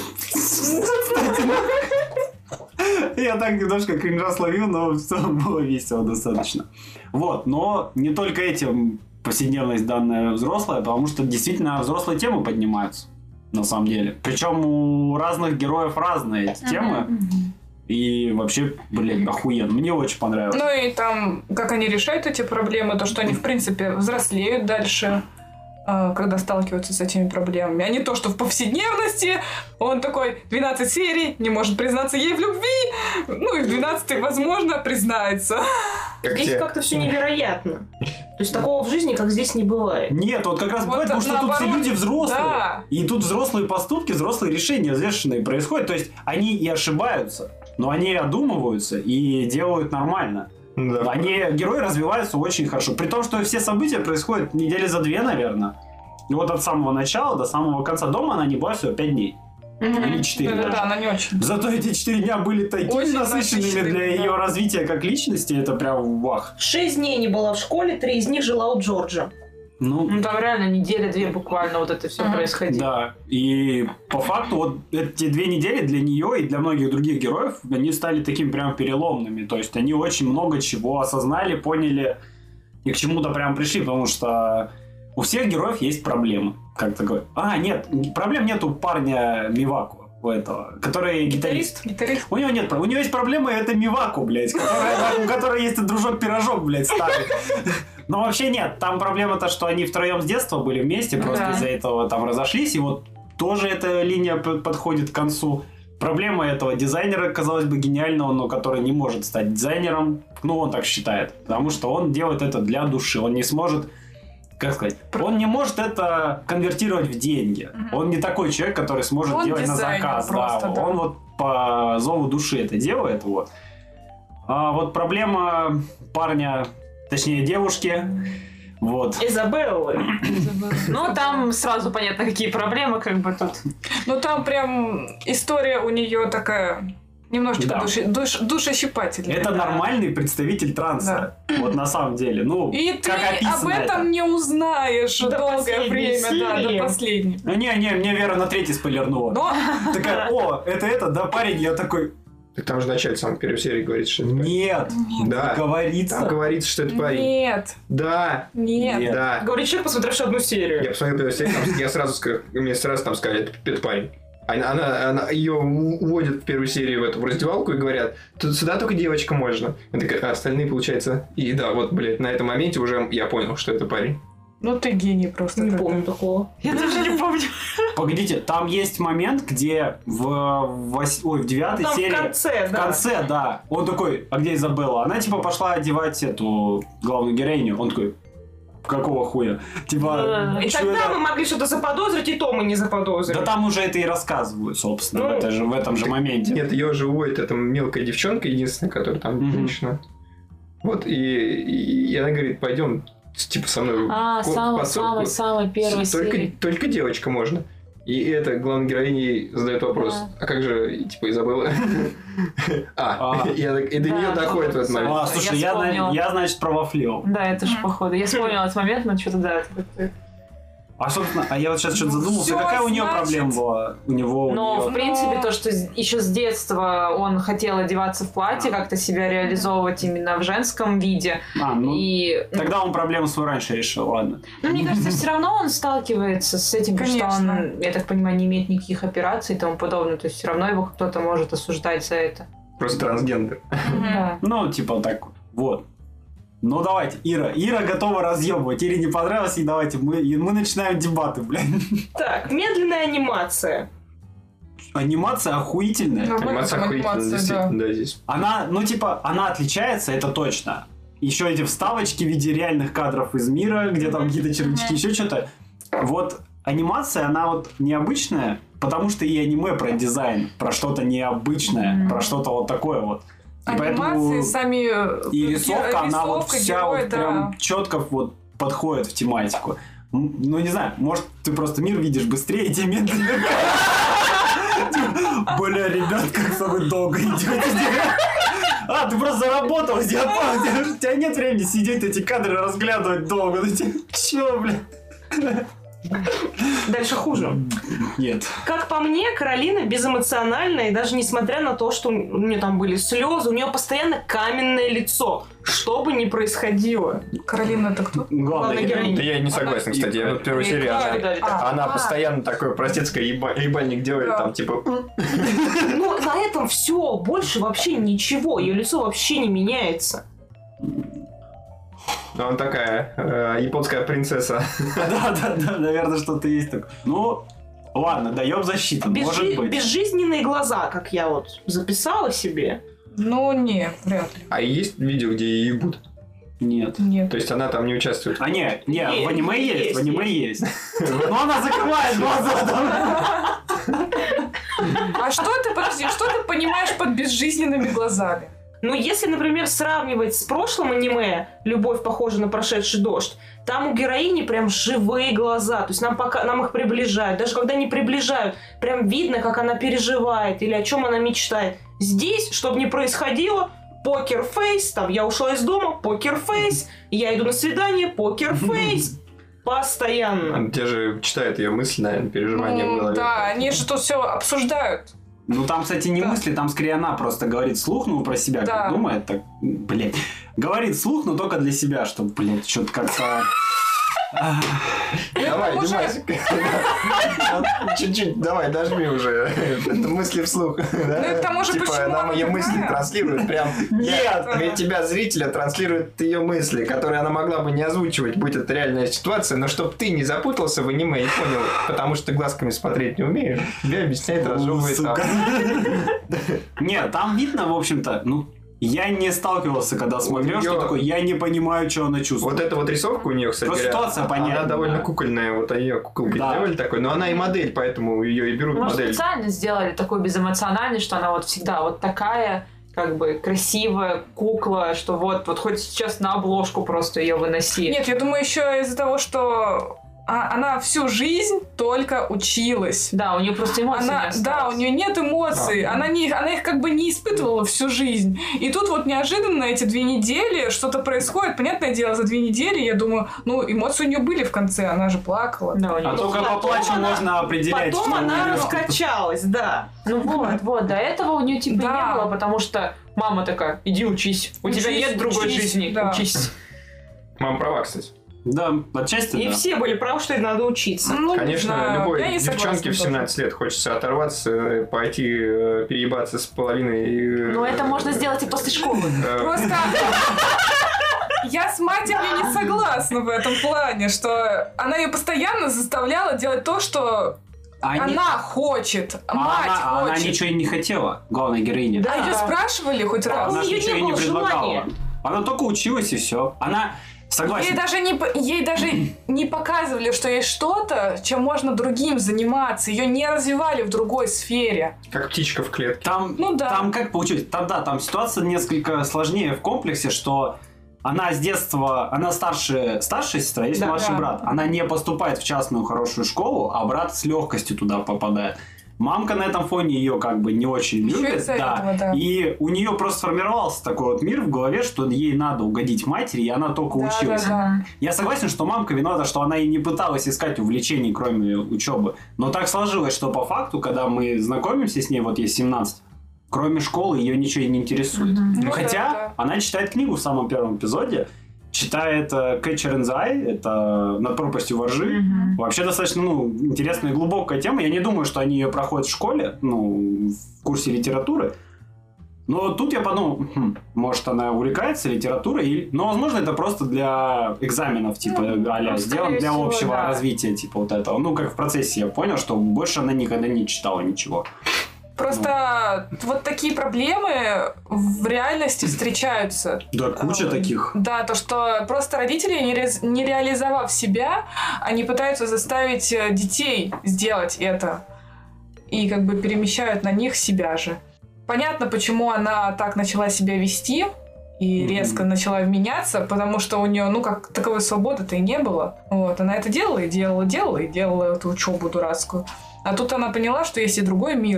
Я так немножко кринжа словил, но в целом было весело достаточно. Вот, но не только этим повседневность данная взрослая, потому что действительно взрослые темы поднимаются. На самом деле. Причем у разных героев разные эти темы. И вообще, блин, охуенно. Мне очень понравилось. Ну и там, как они решают эти проблемы, то, что они, в принципе, взрослеют дальше, когда сталкиваются с этими проблемами. А не то, что в повседневности он такой двенадцать серий, не может признаться ей в любви, ну и в двенадцатой, возможно, признается. Как Здесь те- как-то все невероятно. То есть такого в жизни, как здесь, не бывает. Нет, вот как раз Вот бывает, потому что тут наоборот, все люди взрослые. да. И тут взрослые поступки, взрослые решения взвешенные происходят. То есть они и ошибаются, но они одумываются и делают нормально. Да. Они, герои развиваются очень хорошо. При том, что все события происходят недели за две, наверное. И вот от самого начала до самого конца. Дома она не была всего пять дней. Или четыре. Да-да-да, даже. она не очень. Зато эти четыре дня были такими Очень насыщенными насыщенными, для да. ее развития как личности. Это прям вах. Шесть дней не была в школе, три из них жила у Джорджа. Ну, Ну, там реально неделя-две буквально вот это все Ага. происходило. да. И по факту вот эти две недели для нее и для многих других героев, они стали такими прям переломными. То есть они очень много чего осознали, поняли и к чему-то прям пришли, потому что у всех героев есть проблемы. Как такой. А, нет, проблем нет у парня Миваку. У этого, который гитарист. Гитарист. У него нет проблем. У него есть проблема, это Миваку, блядь, которая- у которой есть дружок-пирожок, блядь, старый. Но вообще нет, там проблема-то, что они втроем с детства были вместе, просто Да. из-за этого там разошлись, и вот тоже эта линия п- подходит к концу. Проблема этого дизайнера, казалось бы, гениального, но который не может стать дизайнером, ну, он так считает, потому что он делает это для души, он не сможет, как сказать, он не может это конвертировать в деньги. Он не такой человек, который сможет Он делать на дизайнер заказ. просто, да. да. Он вот по зову души это делает, вот. А вот проблема парня, точнее девушки, вот. Изабеллы. Ну, там сразу понятно, какие проблемы, как бы тут. Ну там прям история у нее такая немножечко Да. души- душ- душещипательная. Это Да. нормальный представитель транса. Вот на самом деле. Ну, И ты как об описано этом это. не узнаешь До долгое последней время, да, серии. до последней. Ну, не, не, мне Вера на третий спойлернула. Но Такая, о, это это, да, парень, я такой, Так там же в начале самой первой серии говорится, что это парень. нет, Да. говорится. Там говорится, что это парень. нет, Да. нет. Нет. Да. Говорит человек, посмотревший одну серию. Я посмотрел первую серию, там, я сразу сказал, мне сразу там сказали, это, это парень. Она, она, она- ее уводят в первую серию в эту в раздевалку и говорят, тут сюда только девочка можно. Она такая, а остальные, получается. И да, вот, блядь, на этом моменте уже я понял, что это парень. Ну ты гений просто. Не какой. помню такого. Я даже не помню. Погодите, там есть момент, где в, вось- ой, в девятой Там серии... в конце, В да. конце, да. Он такой, а где Изабелла? Она типа пошла одевать эту главную героиню. Он такой, какого хуя? Типа, Да. И чё тогда это? мы могли что-то заподозрить, и то мы не заподозрили. Да там уже это и рассказывают, собственно, Ну, в, это же, в этом же моменте. Нет, ее же уводит эта мелкая девчонка, единственная, которая там Мгм. женщина. Вот, и, и, и она говорит, пойдем, типа, со мной. А, ко- самая, посылку. самая, самая первая только, серия. только девочка можно. И это главная героиня ей задает вопрос, Да. а как же, и, типа, Изабелла? А, А. и она- и до Да, нее доходит в этот да. момент. А, Я слушай, я, на- вспомнила. я, значит, провафлил. Да, это же походу. Я вспомнила этот момент, но что-то да. это как-то- А, собственно, а я вот сейчас что-то Ну, задумался, всё, какая у нее значит. проблема была? У него, у Но, в неё? принципе, Но- то, что еще с детства он хотел одеваться в платье, как-то себя реализовывать именно в женском виде. А, ну, И, ну, тогда он проблему свою раньше решил, ладно. ну, мне кажется, все равно он сталкивается с этим, потому что Конечно. он, я так понимаю, не имеет никаких операций и тому подобное. То есть все равно его кто-то может осуждать за это. Просто трансгендер. Да. Ну, типа так вот. Вот. Ну, давайте, Ира. Ира готова разъебывать. Ире не понравилось, и давайте, мы, и мы начинаем дебаты, блядь. Так, медленная анимация. Анимация охуительная. Ну, Анимация там охуительная, анимация, действительно, да, здесь. Она, ну, типа, она отличается, это точно. Еще эти вставочки в виде реальных кадров из мира, где там какие-то червячки, еще что-то. Вот анимация, она вот необычная, потому что и аниме про дизайн, про что-то необычное, про что-то вот такое вот. И Анимации, сами... э, И ге- рисовка, она вот рисовка, вся герои, вот да. прям четко вот подходит в тематику. М, Ну, не знаю, может, ты просто мир видишь быстрее, и тебе медленно. Бля, ребят, как вы долго идете. А, ты просто заработал, я понял, у тебя нет времени сидеть эти кадры разглядывать долго. Чё, бля? Дальше хуже. Нет. Как по мне, Каролина безэмоциональная, и даже несмотря на то, что у нее там были слезы, у нее постоянно каменное лицо, что бы ни происходило. Каролина это кто? Главная героиня. Да я не согласен, кстати. Я вот первую серию, она, она постоянно такой простецкое еба, ебальник делает, да. Там типа... Ну, на этом все, больше вообще ничего, ее лицо вообще не меняется. Она такая э, японская принцесса. Да, да, да, наверное, что-то есть такое. Ну, ладно, даем защиту, Безжи- может быть. Безжизненные глаза, как я вот записала себе. Ну, нет, вряд ли. А есть видео, где ее ебут? Нет. Нет. То есть она там не участвует? А нет, нет, Есть, в аниме есть, есть, в аниме есть. Но она закрывает глаза там. А что ты, подожди, что ты понимаешь под безжизненными глазами? Ну, если, например, сравнивать с прошлым аниме «Любовь похожа на прошедший дождь», там у героини прям живые глаза, то есть нам, пока, нам их приближают. Даже когда не приближают, прям видно, как она переживает или о чем она мечтает. Здесь, чтобы не происходило, покер-фейс, там, я ушла из дома, покер-фейс, я иду на свидание, покер-фейс. Постоянно. Те же читают ее мысли, наверное, переживания в голове. Да, они же тут все обсуждают. Ну, там, кстати, не Да. мысли, там скорее она просто говорит вслух, ну, про себя, Да. как думает, так, блядь. Говорит вслух, но только для себя, чтобы, блядь, что-то как-то... Давай, уже- Димасик. Чуть-чуть, давай, дожми уже. Это мысли вслух. Ну, и к тому же, Типа, почему нам она ее такая? мысли транслируют прям. Нет, ведь тебя, зрителя, транслируют ее мысли, которые она могла бы не озвучивать, будь это реальная ситуация, но чтобы ты не запутался в аниме и понял, потому что ты глазками смотреть не умеешь, тебе объясняет, разжевывает там. Сука. Нет, там видно, в общем-то, ну, я не сталкивался, когда смотрел, неё- что такое, я не понимаю, что она чувствует. Вот эта вот рисовка у нее, кстати, Просто говоря, ситуация понятна, она довольно да. кукольная, вот ее куколкой Да. сделали такой, но она и модель, поэтому ее и берут Может, модель. специально сделали такой безэмоциональный, что она вот всегда вот такая, как бы, красивая кукла, что вот, вот хоть сейчас на обложку просто ее выноси. Нет, я думаю, еще из-за того, что а- она всю жизнь только училась. Да, у нее просто эмоций не Она, осталось. да, у нее нет эмоций, она, не, она их как бы не испытывала всю жизнь. И тут вот неожиданно эти две недели что-то происходит. Понятное дело, за две недели я думаю, ну, эмоции у нее были в конце, она же плакала. Да, у неё- А только по потом плачу она- можно определять, Потом что она у неё- раскачалась, да. Ну вот, вот, до этого у нее типа и Да. не было, потому что мама такая, иди учись, у тебя Учись, нет другой учись, жизни, да. учись. Мама права, кстати. Да, отчасти И да. все были правы, что ей надо учиться. Ну, не Конечно, знаю, любой я не согласна девчонке в тоже. семнадцать лет хочется оторваться, э, пойти э, переебаться с половиной. э, Но это можно сделать и после школы. э, Просто я с матерью не согласна в этом плане, что она ее постоянно заставляла делать то, что Они- она хочет, А мать она, а она хочет. ничего и не хотела, главная героиня. А ее спрашивали хоть Так раз? у Она ж неё не ничего и не было предлагала. желания. Она только училась и все. Она согласен. Ей даже, не, по- ей даже не показывали, что есть что-то, чем можно другим заниматься. Ее не развивали в другой сфере. Как птичка в клетке. Там, Ну да. там как получилось? Там, да, там ситуация несколько сложнее в комплексе, что она с детства, она старшая, старшая сестра, есть Да, младший да. брат. Она не поступает в частную хорошую школу, а брат с легкостью туда попадает. Мамка на этом фоне ее как бы не очень Ещё любит. из-за да. этого, да. И у нее просто сформировался такой вот мир в голове, что ей надо угодить матери, и она только Да, училась. да, да. Я согласен, что мамка виновата, что она и не пыталась искать увлечений, кроме учебы. Но так сложилось, что по факту, когда мы знакомимся с ней, вот ей семнадцать, кроме школы ее ничего и не интересует. Ну да, Хотя да. она читает книгу в самом первом эпизоде, читает э, Catcher in the Eye, это «Над пропастью воржи». Мгм. Вообще достаточно ну, интересная и глубокая тема. Я не думаю, что они ее проходят в школе, ну, в курсе литературы. Но тут я подумал, хм, может, она увлекается литературой, или... но, возможно, это просто для экзаменов, типа, а-ля, ну, сделан скорее для всего, общего да. развития, типа, вот этого. Ну, как в процессе я понял, что больше она никогда не читала ничего. Просто вот такие проблемы в реальности встречаются. Да, куча А, таких. Да, то, что просто родители, не, ре- не реализовав себя, они пытаются заставить э, детей сделать это. И как бы перемещают на них себя же. Понятно, почему она так начала себя вести и Мгм. резко начала меняться, потому что у нее, ну, как таковой свободы-то и не было. Вот, она это делала и делала, делала и делала эту учебу дурацкую. А тут она поняла, что есть и другой мир.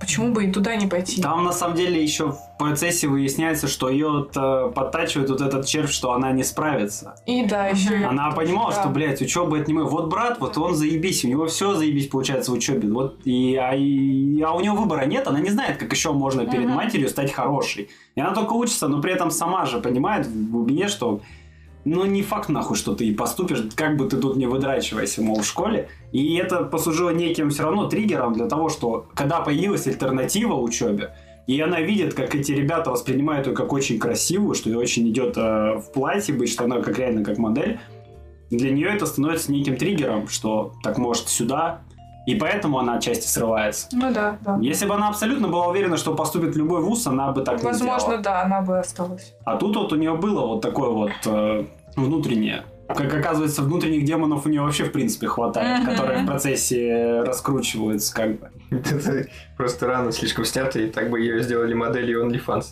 Почему бы и туда не пойти? Там на самом деле еще в процессе выясняется, что ее подтачивает вот этот червь, что она не справится. И да, еще. и Она это понимала, тоже, что, да. блядь, учеба это не мы. Вот брат, вот он заебись, у него все заебись получается в учебе. Вот и, а, и, а у него выбора нет, она не знает, как еще можно перед Мгм. матерью стать хорошей. И она только учится, но при этом сама же понимает в глубине, что ну не факт нахуй, что ты и поступишь, как бы ты тут не выдрачивайся, мол, в школе. И это послужило неким все равно триггером для того, что когда появилась альтернатива учебе, и она видит, как эти ребята воспринимают ее как очень красивую, что ей очень идет э, в платье быть, что она как реально как модель. Для нее это становится неким триггером, что так может сюда, и поэтому она отчасти срывается. Ну да, да. Если бы она абсолютно была уверена, что поступит в любой вуз, она бы так не Возможно, сделала. да, она бы осталась. А тут вот у нее было вот такое вот э, внутреннее. Как оказывается, внутренних демонов у нее вообще в принципе хватает, Мгм. которые в процессе раскручиваются как бы. Это просто рано слишком снято, и так бы ее сделали моделью OnlyFans.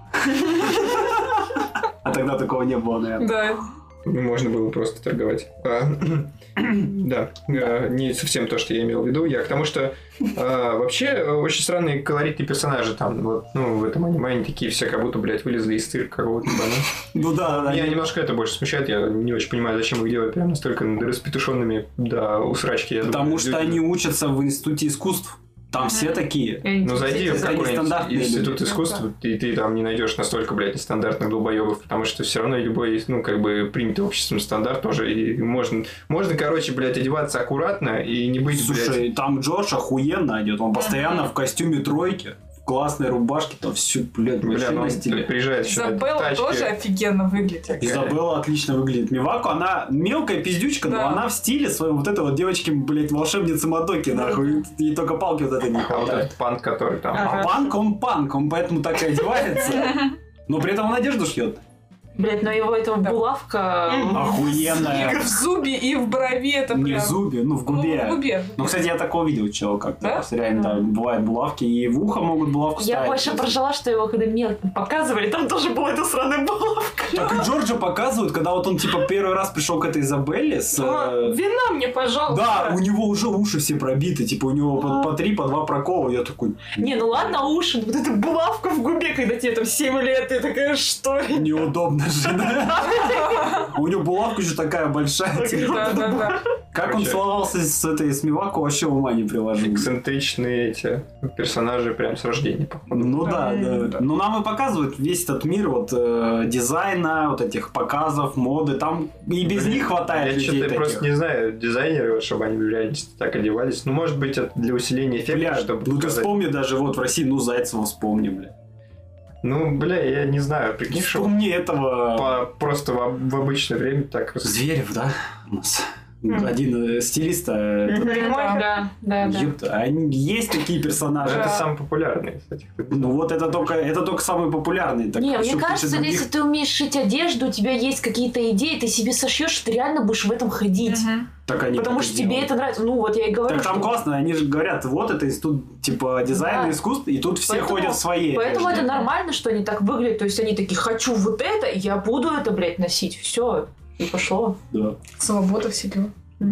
А тогда такого не было, наверное. Да. Можно было просто торговать. А, Да, а, не совсем то, что я имел в виду. Я к тому, что а, вообще очень странные колоритные персонажи там. Вот, ну, в этом аниме они такие все, как будто, блядь, вылезли из цирка какого-то. Ну да, да. Меня они- немножко это больше смущает. Я не очень понимаю, зачем их делать прям настолько распетушенными до усрачки. Я Потому думаю, что люди- они учатся в институте искусств. Там все такие. Ну, зайди в Это какой-нибудь нестандартные институт люди. искусств, и ты там не найдешь настолько, блядь, нестандартных долбоебов, потому что все равно любой, ну, как бы, принятый обществом стандарт тоже, и можно, можно, короче, блядь, одеваться аккуратно и не быть, блядь... Слушай, там Джордж охуенно одет. Он постоянно в костюме тройки, в классной рубашке, там все, блядь, Бля, вообще ну, на он стиле. приезжает еще на Изабелла тачке. тоже офигенно выглядит. Изабелла отлично выглядит. Миваку, она мелкая пиздючка, но Да. она в стиле своей вот этой вот девочки, блядь, волшебницы Мадоки, нахуй. Ей только палки вот этой не А вот хватает. этот панк, который там... Ага. А панк, он панк, он поэтому так и одевается. Но при этом он одежду шьет. Блять, но его этого Да. булавка... Охуенная. И в зубе, и в брови это Не прям... в зубе, ну в губе. Ну, в губе. Ну, кстати, я такого видел чего как-то. Да? Просто реально, да, бывают булавки, и в ухо могут булавку Я ставить. больше прожила, что его когда мелким показывали, там тоже была эта сраная булавка. Так и Джорджа показывают, когда вот он, типа, первый раз пришел к этой Изабелле с... А, э, Вина мне, пожалуйста. Да, у него уже уши все пробиты, типа, у него по, по три, по два прокола. Я такой, Не, ну ладно, уши, вот эта булавка в губе, когда тебе там семь лет, ты такая, что ли? неудобно же, да? У него булавка же такая большая. типа. Да, да, да. Как он Короче. целовался с этой с Мивако, вообще ума не приложил. Эксцентричные эти персонажи прям с рождения, походу. Ну да, да. Ну нам и показывают весь этот мир вот э, дизайна, вот этих показов, моды. Там и без Блин, них хватает Я людей что-то таких. просто не знаю дизайнеров, чтобы они реально так одевались. Ну, может быть, это для усиления эффекта, Бля, чтобы ну ты показать. вспомни даже вот в России, ну Зайцева вспомни, бля. Ну, бля, я не знаю, прикинь, что Вспомни этого... по- просто в, об- в обычное время так... рас- Зверев, да? У нас один э, стилист. э, этот, Да, да, да. ёпта, они- есть такие персонажи. Это самый популярный, кстати. Ну вот это только, это только самый популярный. Так Не, еще мне куча кажется, других. если ты умеешь шить одежду, у тебя есть какие-то идеи, ты себе сошьешь, ты реально будешь в этом ходить. Мгм. Так они Потому так и что тебе делают. это нравится. Ну, вот я и говорю, Так там что... классно, они же говорят, вот это институт типа дизайна, Да. искусств, и тут все Поэтому- ходят в своей Поэтому одежде. это нормально, что они так выглядят. То есть они такие, хочу вот это, я буду это, блядь, носить. Все. И пошло. Да. Свобода, все дела.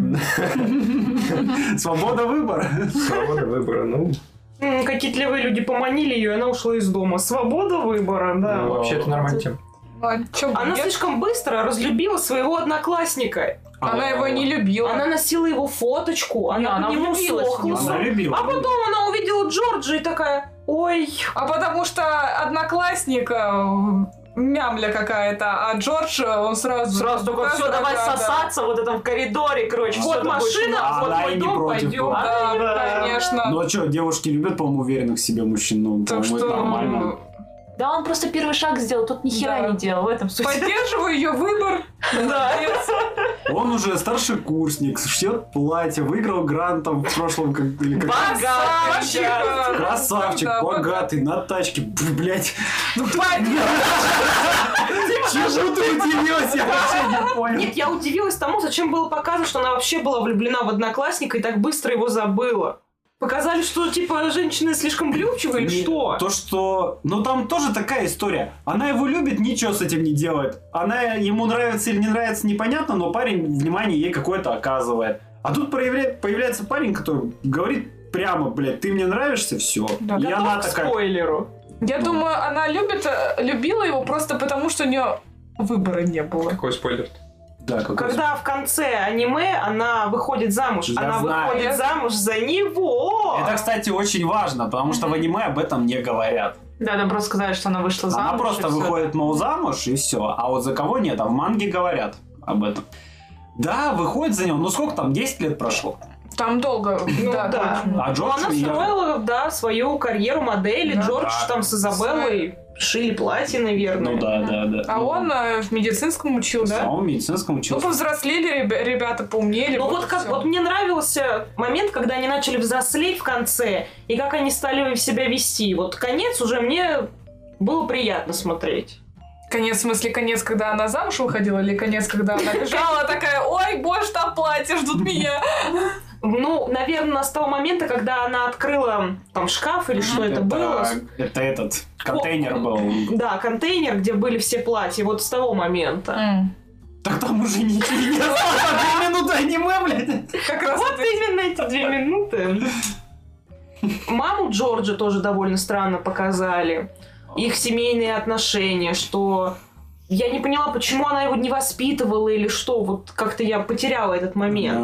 Свобода выбора. Свобода выбора, ну, М, Кокетливые люди поманили ее, и она ушла из дома. Свобода выбора, да. ну, вообще это нормальная тема. Ну, а чё бы Она нет? слишком быстро разлюбила своего одноклассника. Она его не любила. Она носила его фоточку, Не, она, она по нему влюбилась в сохла. Она любила. А потом она увидела Джорджа и такая, ой, А потому что одноклассник э, мямля какая-то, а Джордж, э, он сразу... Сразу только Да, все, да, давай да, да. сосаться вот этом в коридоре, короче. вот всё, там больше машина, А вот она мой и не дом, против пойдем. была. Да, Да. конечно. Ну а что, девушки любят, по-моему, уверенных в себе мужчин, ну, Так по-моему, что... это нормально. Да, он просто первый шаг сделал, тот ни хера Да. не делал, в этом суть. Поддерживаю ее выбор. Да. Он уже старший курсник, шьет платье, выиграл грант там в прошлом, как, или как Красавчик! э, красавчик, да, богатый, на тачке, Б, блядь. Ну, пойдём. Чему ты удивилась, я вообще не понял. Нет, я удивилась тому, зачем было показывать, что она вообще была влюблена в одноклассника и так быстро его забыла. Показали, что, типа, женщины слишком влюбчивы или Не- что? То, что... Ну, там тоже такая история. Она его любит, ничего с этим не делает. Она ему нравится или не нравится, непонятно, но парень внимание ей какое-то оказывает. А тут проявля- появляется парень, который говорит прямо, блядь, ты мне нравишься, все. Да, И Готов она к такая... спойлеру. Я думаю, она любит, э, любила его просто потому, что у нее выбора не было. Какой спойлер? Да, какой Когда в конце аниме она выходит замуж, Я она знаю. выходит Я- замуж за него. Это, кстати, очень важно, потому что в аниме об этом не говорят. Да, нам просто сказали, что она вышла замуж. Она просто и всё. выходит, мол, замуж, и все. А вот за кого нет, а в манге говорят об этом. Да, выходит за него. Ну сколько там, десять лет прошло? Там долго. Ну, да, да. точно. А Ну, Джордж... она я- строила, да, свою карьеру модели. Да. Джордж Да. там с Изабеллой шили платье, наверное. Ну да, да, да. А Ну, он э, в медицинском учился. А он в медицинском Ну, учился. повзрослели ребя- ребята, поумнели. Ну вот как всё. вот мне нравился момент, когда они начали взрослеть в конце, и как они стали себя вести. Вот конец уже мне было приятно смотреть. Конец, в смысле, конец, когда она замуж выходила, или конец, когда она бежала такая, ой, боже, там платье ждут меня. Ну, наверное, с того момента, когда она открыла там шкаф или что это, было. Это этот контейнер был. Да, контейнер, где были все платья, вот с того момента. Так там уже ничего не осталось. Две минуты аниме, блядь. Как раз Вот это- именно эти две минуты. Маму Джорджа тоже довольно странно показали. Их семейные отношения, что я не поняла, почему она его не воспитывала или что. Вот как-то я потеряла этот момент.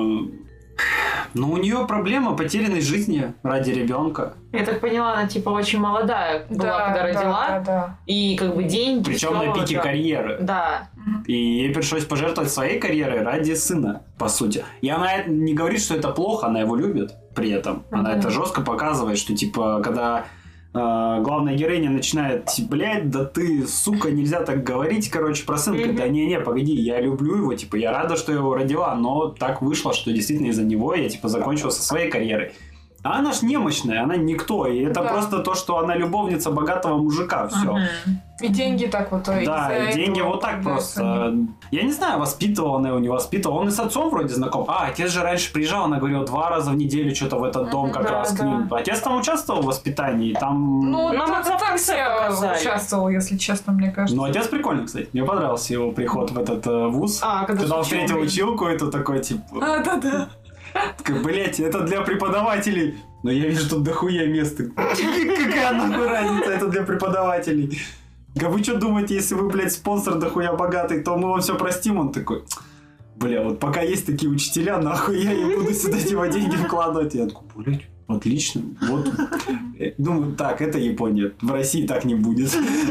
Ну, у нее проблема потерянной жизни ради ребенка. Я так поняла, она типа очень молодая была, Да, когда да, родила. да, да. И как бы деньги. Причем всё, на пике да. карьеры. Да. И ей пришлось пожертвовать своей карьерой ради сына, по сути. И она не говорит, что это плохо, она его любит при этом. Она Мгм. это жестко показывает, что типа, когда э, главная героиня начинает, блядь, да ты, сука, нельзя так говорить, короче, про сына. Мгм. Да не-не, погоди, я люблю его, типа, я рада, что я его родила, но так вышло, что действительно из-за него я, типа, закончила со своей карьерой. А она ж немощная, она никто, и это Да. просто то, что она любовница богатого мужика, все. Мгм. И деньги так вот. Да, из-за и деньги этого вот так появляются. просто. Я не знаю, воспитывал она его, не воспитывал. Он и с отцом вроде знаком. А, отец же раньше приезжал, она говорила, два раза в неделю что-то в этот дом как да, раз к да. ним. Отец там участвовал в воспитании, и там... Ну, Нам там это в так конце все показали. участвовал, если честно, мне кажется. Ну, отец прикольный, кстати. Мне понравился его приход в этот э, вуз. А, когда, Когда он с встретил учёбой. училку, это такой, типа... А, да-да. Такой, блять, это для преподавателей. Но я вижу тут дохуя места. Какая нахуй разница, это для преподавателей. А вы что думаете, если вы, блядь, спонсор дохуя богатый, то мы вам все простим? Он такой, бля, вот пока есть такие учителя, нахуй я и буду сюда типа деньги вкладывать. Я такой, блядь, отлично. Вот. Думаю, так, это Япония. В России так не будет.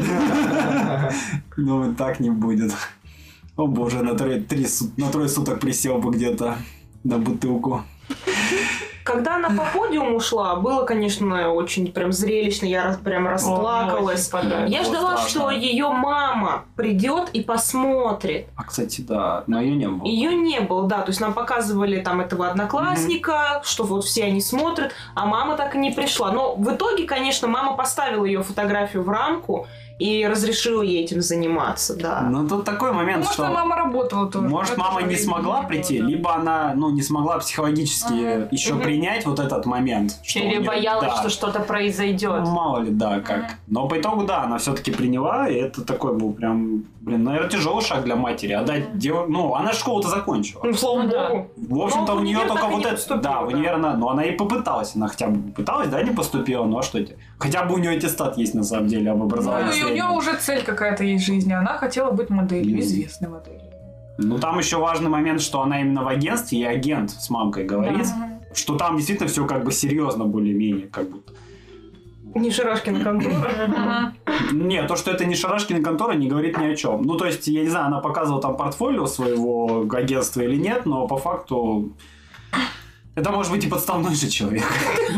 Думаю, так не будет. О боже, на трое, три, су- на трое суток присел бы где-то на бутылку. Когда она по подиуму шла, было, конечно, очень прям зрелищно. Я раз- прям расплакалась. О, мне очень понравилось. Я Было ждала, страшно. что ее мама придет и посмотрит. А, кстати, да, но ее не было. Ее не было, да. То есть нам показывали там этого одноклассника, что вот все они смотрят, а мама так и не пришла. Но в итоге, конечно, мама поставила ее фотографию в рамку и разрешила ей этим заниматься, да. Ну, тут такой момент, Может, что... мама работала тоже. Может, Это мама тоже не времени смогла было, прийти, да. либо она, ну, не смогла психологически Ага. еще Мгм. принять вот этот момент. Что у Или неё- боялась, да. что что-то произойдет. Ну, мало ли, да, как. Но по итогу, да, она все-таки приняла, и это такой был прям, блин, наверное, тяжелый шаг для матери. Отдать дев... Ну, она же школу-то закончила. Ну, слава Ну, да. богу. В общем-то, Но в у нее универ только так и вот не это... поступила, Да, в да. универ она... Но она и попыталась. Она хотя бы пыталась, да, не поступила, ну а что тебе? Хотя бы у нее аттестат есть, на самом деле, об образовании. Ну, и у среднем. нее уже цель какая-то есть в жизни. Она хотела быть моделью, Мгм. известной моделью. Ну, там еще важный момент, что она именно в агентстве, и агент с мамкой говорит, что там действительно все как бы серьезно более-менее, как будто. Не Шарашкина контора. Не, то, что это не Шарашкина контора, не говорит ни о чем. Ну, то есть, я не знаю, она показывала там портфолио своего агентства или нет, но по факту это может быть и подставной же человек.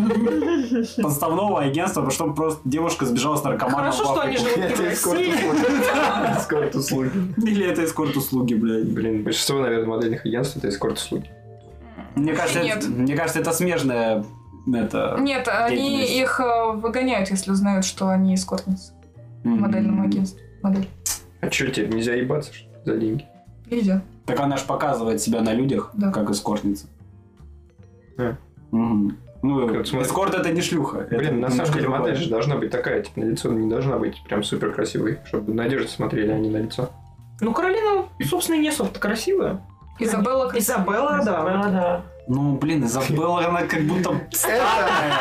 Подставного агентства, потому что просто девушка сбежала с наркоманом Хорошо, в что они Африку. живут не в Это эскорт России. услуги. Эскорт услуги. Или это эскорт-услуги, блядь. Блин, большинство, наверное, модельных агентств это эскорт услуги. Мне кажется, Нет. это, мне кажется, это смежная это, Нет, они деятельность. их э, выгоняют, если узнают, что они эскортницы в М. модельном агентстве. Модель. А что, теперь нельзя ебаться что ли, за деньги? Нельзя. Так она же показывает себя на людях, Да. как эскортница. А. Мгм. Ну, Вот смотри. эскорт это не шлюха. это Блин, на самом немножко деле другое. модель же должна быть такая, типа, на лицо не должна быть прям супер красивой, чтобы на одежду смотрели, а не на лицо. Ну, Каролина, собственно, и не особо-то красивая. Изабелла красивая. Изабелла, да. Изабелла, да. Ну, блин, и забыла она как будто старая.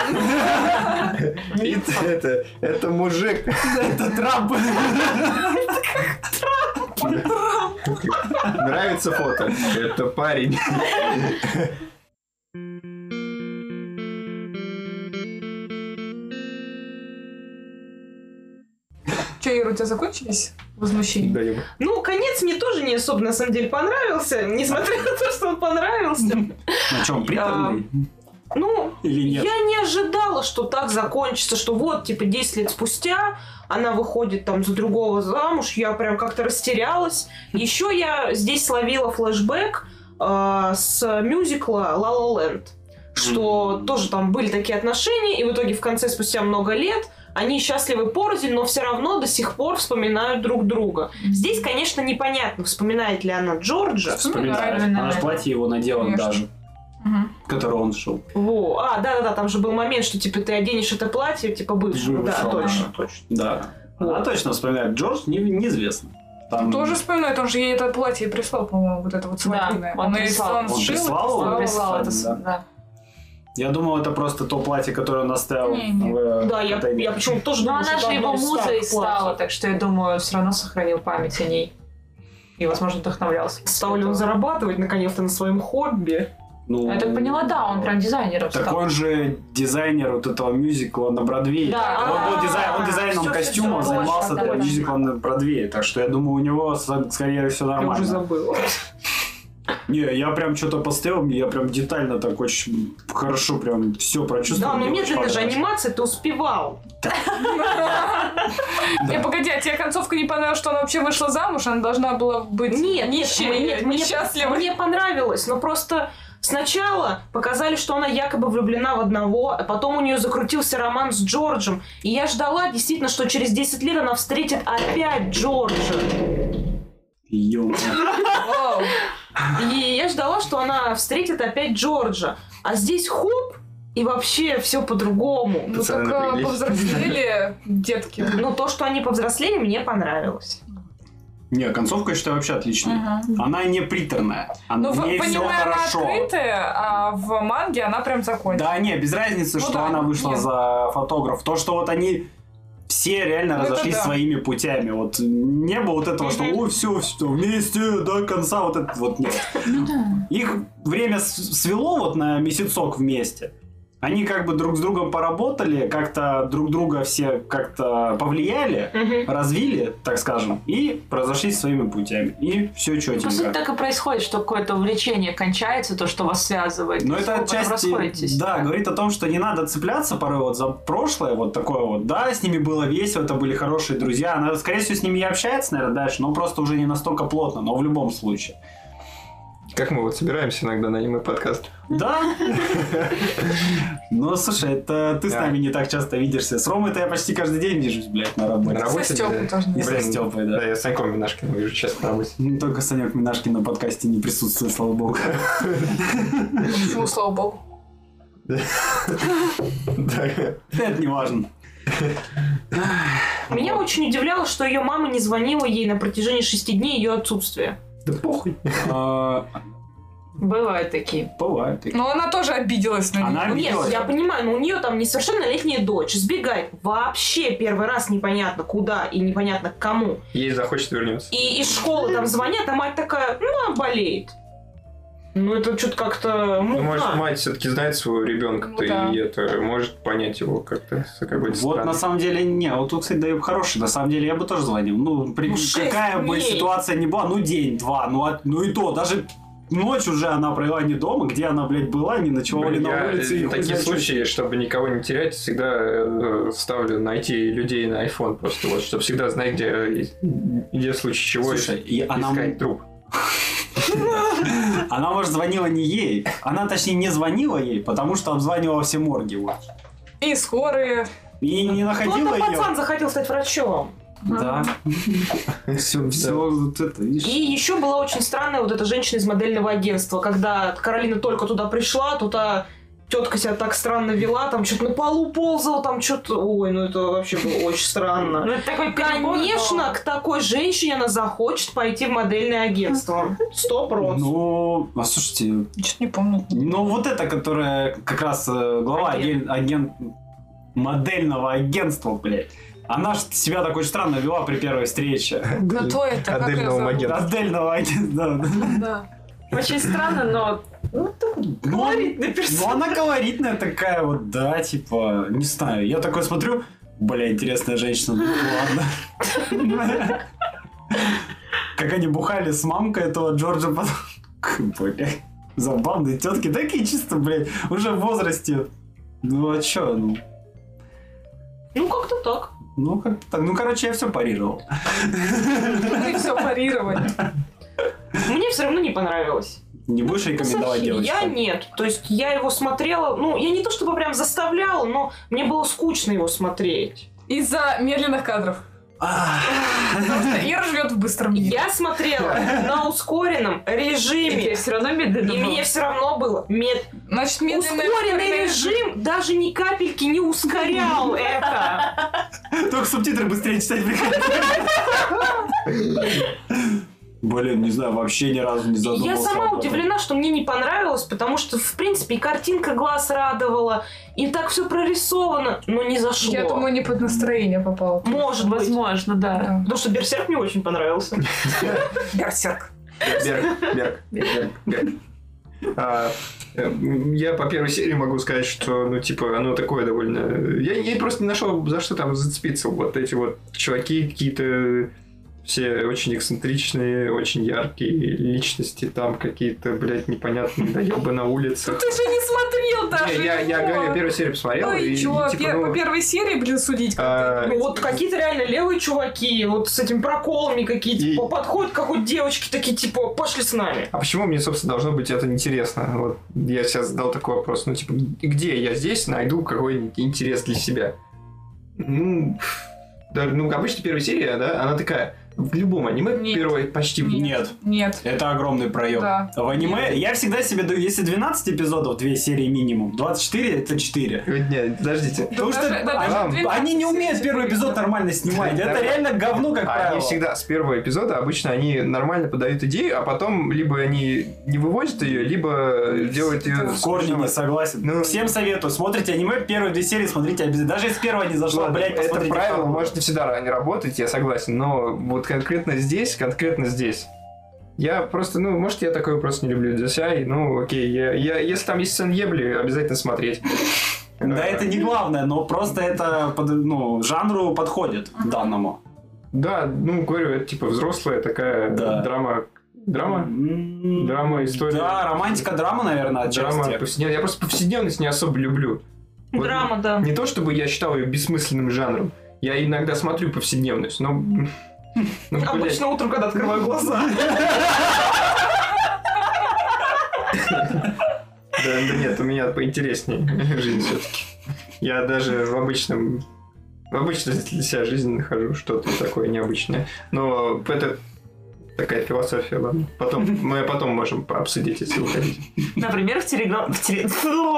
Это, это мужик. Это Трамп. Нравится фото? Это парень. Че, Ира, у тебя закончились возмущения? Да, я- Ну, конец мне тоже не особо, на самом деле, понравился, несмотря на то, что он понравился. На чем, приторный? Ну, Или нет? я не ожидала, что так закончится, что вот, типа, десять лет спустя она выходит там за другого замуж, я прям как-то растерялась. Еще я здесь словила флешбэк э, с мюзикла «Ла Ла Ленд», что тоже там были такие отношения, и в итоге в конце, спустя много лет, они счастливы порознь, но все равно до сих пор вспоминают друг друга. Здесь, конечно, непонятно, вспоминает ли она Джорджа. Вспоминает. Вспоминает. Она же платье его надела Конечно. даже, Мгм. которое он шел. Во. А, да-да-да, там же был момент, что типа ты оденешь это платье, типа бывшего. Да, Бывшего, точно, да. точно. Да. Она Вот. точно вспоминает. Джордж не, неизвестно. Там... Тоже вспоминает, он же ей это платье и прислал, по-моему, вот это вот свадебное. он ей прислал. он Он сшил и прислал, прислал. он Прислал это, да. да. Я думал, это просто то платье, которое он оставил. Не-не. в Да, я, контейнере. я почему-то тоже Но думала, она что же это его одно из музой старых стала, платьев. так что я думаю, все равно сохранил память о ней. И, возможно, вдохновлялся. Стал ли он зарабатывать наконец-то на своем хобби? Ну, Я так поняла, да, он прям дизайнером Так стал. он же дизайнер вот этого мюзикла на Бродвее. Да. Он, был дизайн, он А, дизайном всё, всё, костюма всё, занимался точно, для да, мюзикла на Бродвее. Так что я думаю, у него с- скорее все Я уже нормально. забыла. Не, я прям что-то поставил, я прям детально так очень хорошо прям все прочувствовал. Да, но мне очень медленно же понравилось. анимация ты успевал. Не, погоди, а тебе концовка не понравилась, что она вообще вышла замуж? Она должна была быть Нет, нищей, нет, нет, мне, несчастливой. мне понравилось, но просто сначала показали, что она якобы влюблена в одного, а потом у нее закрутился роман с Джорджем. И я ждала действительно, что через десять лет она встретит опять Джорджа. Ё. Вау. И я ждала, что она встретит опять Джорджа. А здесь хоп, и вообще все по-другому. Ну Пацаны только напряглись. повзрослели детки. Но то, что они повзрослели, мне понравилось. Не, концовка, я считаю, вообще отличная. Она не приторная. Она, Ну, в в ней в все аниме она хорошо. открытая, а в манге она прям закончена. Да, не, без разницы, Ну что да, она вышла нет. за фотограф. То, что вот они все реально Ну, это разошлись да. своими путями. Вот не было вот этого, что Мгм. ой, все, все, вместе до конца. Вот это вот нет. Их время с- свело вот на месяцок вместе. Они как бы друг с другом поработали, как-то друг друга все как-то повлияли, Мгм. развили, так скажем, и разошлись своими путями. И все По сути, четенько. так и происходит, что какое-то увлечение кончается, то, что вас связывает. Но и это вы потом отчасти, расходитесь. да, говорит о том, что не надо цепляться порой вот за прошлое, вот такое вот. Да, с ними было весело, это были хорошие друзья. Она, скорее всего, с ними и общается, наверное, дальше, но просто уже не настолько плотно, но в любом случае. Как мы вот собираемся иногда на аниме-подкаст. Да. Ну, слушай, это ты с Да. нами не так часто видишься. С Ромой-то я почти каждый день вижусь, блядь, на работе. На Со работе, Стёпой да. тоже. И со Стёпой, да. Да, я с Саньком Минашкиным вижу часто на работе. Ну, только Санек Минашкин на подкасте не присутствует, слава богу. Почему, слава богу. Да. Это не важно. Меня очень удивляло, что ее мама не звонила ей на протяжении шести дней ее отсутствия. Да похуй. А, Бывают такие. Бывает. такие. Но она тоже обиделась на Она него. Нет, обиделась. я понимаю, но у нее там несовершеннолетняя дочь, сбегает вообще первый раз непонятно куда и непонятно к кому. Ей захочет, вернется. И из школы там звонят, а мать такая, ну, она болеет. Ну, это что-то как-то... Ну, Ну, может, да. мать все-таки знает своего ребенка-то, Ну, да. и это может понять его как-то с какой-то Вот стороны. на самом деле, не, вот тут, кстати, даю хороший, на самом деле я бы тоже звонил. Ну, при- Ну, шесть какая бы дней. ситуация ни была, ну, день-два, ну, а- ну и то, даже ночь уже она провела не дома, где она, блядь, была, не ночевала ли Блин, на я улице. и в хуй такие знает, что. случаи, чтобы никого не терять, всегда э, ставлю найти людей на iPhone просто, вот, чтобы всегда знать, где, где в случае чего Слушай, и искать она, труп. она, может, звонила не ей. Она, точнее, не звонила ей, потому что обзванивала все морги. Вот. И скорые. И не находила Кто-то ее. пацан захотел стать врачом. Да. Все, все, вот это, видишь. И еще была очень странная вот эта женщина из модельного агентства, когда Каролина только туда пришла, туда тетка себя так странно вела, там что-то на полу ползала, там что-то... Ой, ну это вообще было очень странно. Ну, это такой перебор, Конечно, но- к такой женщине она захочет пойти в модельное агентство. Сто процентов. Ну, а слушайте, Что-то не помню. ну вот это, которая как раз э, глава агент, агент модельного агентства, блядь. Она ж себя так очень странно вела при первой встрече. Кто это? Как её Адельного зовут? магента. Модельного агентства. Да. Очень странно, но... Ну, такой Ну, колоритный Ну, персонаж. она колоритная такая вот, да, типа, не знаю. Я такой смотрю, бля, интересная женщина, ну ладно. Как они бухали с мамкой этого Джорджа потом. Бля, забавные тетки, такие чисто, блядь, уже в возрасте. Ну, а чё, ну... Ну, как-то так. Ну, как так. Ну, короче, я все парировал. Ты все парировать. Мне все равно не понравилось. Не будешь рекомендовать Совсем. девочкам? Я нет. То есть я его смотрела, ну, я не то чтобы прям заставляла, но мне было скучно его смотреть. Из-за медленных кадров. Ах, Потому что Ира живет в быстром мире. Я смотрела на ускоренном И режиме. все равно медленно И было. мне все равно было. Мед... Значит, медленный Ускоренный режим даже ни капельки не ускорял это. Только субтитры быстрее читать приходится. Блин, не знаю, вообще ни разу не задумывался. Я сама об этом. удивлена, что мне не понравилось, потому что, в принципе, и картинка глаз радовала, и так все прорисовано, но не зашло. Я думаю, не под настроение попало. Может быть. Возможно, да. Да. Потому что Берсерк мне очень понравился. Берсерк. Берг, Берг, Берг, Берг. А, э, я по первой серии могу сказать, что, ну, типа, оно такое довольно... Я, я просто не нашел, за что там зацепиться. Вот эти вот чуваки какие-то... Все очень эксцентричные, очень яркие личности, там какие-то, блядь, непонятные доебы на улице. Ты же не смотрел даже. Не, я, я его. говорю, первую серию посмотрел. Ну и и, чё, типа, пер- ну, по первой серии, блин, судить А, как-то. Ну, вот какие-то реально левые чуваки, вот с этим проколами какие-то, И- типа, подходят к какой-то девочке, такие, типа, пошли с нами. А почему мне, собственно, должно быть это интересно? Вот я сейчас задал такой вопрос. Ну, типа, где я здесь найду какой-нибудь интерес для себя? Ну, да, ну, обычно первая серия, да, она такая... В любом аниме Нет. первой почти... Нет. Нет. Это огромный проем. Да. В аниме я всегда себе даю, если двенадцать эпизодов, две серии минимум, двадцать четыре это четыре. Нет, подождите. Потому даже- что да, они, даже двенадцать они не умеют первый серий. эпизод нормально снимать. Это Да. реально говно, как правило. Они всегда с первого эпизода обычно они нормально подают идею, а потом либо они не вывозят ее, либо делают ее В корне не согласен. Ну, Всем советую. Смотрите аниме, первые две серии смотрите обязательно. Даже если первая не зашла, Ладно, блядь, это посмотрите правило вторую. может не всегда не работать, я согласен, но вот конкретно здесь, конкретно здесь. Я просто, ну, может, я такой просто не люблю Дзюсяй, ну, окей, я, я, если там есть сцен ебли, обязательно смотреть. Да, это не главное, но просто это под, ну, жанру подходит данному. Да, ну, говорю, это типа взрослая такая Да. драма. Драма? М, Драма, история. Да, романтика-драма, наверное, Драма отчасти. повседневная. Я просто повседневность не особо люблю. Вот Драма, да. Не то, чтобы я считал ее бессмысленным жанром. Я иногда смотрю повседневность, но... ну, блядь. Обычно утром, когда открываю глаза. Да, да нет, у меня поинтереснее жизнь все-таки. Я даже в обычном... В обычной для себя жизни нахожу что-то такое необычное. Но это такая философия, ладно. Потом, мы потом можем обсудить, если вы хотите. Например, в телеграм... В теле-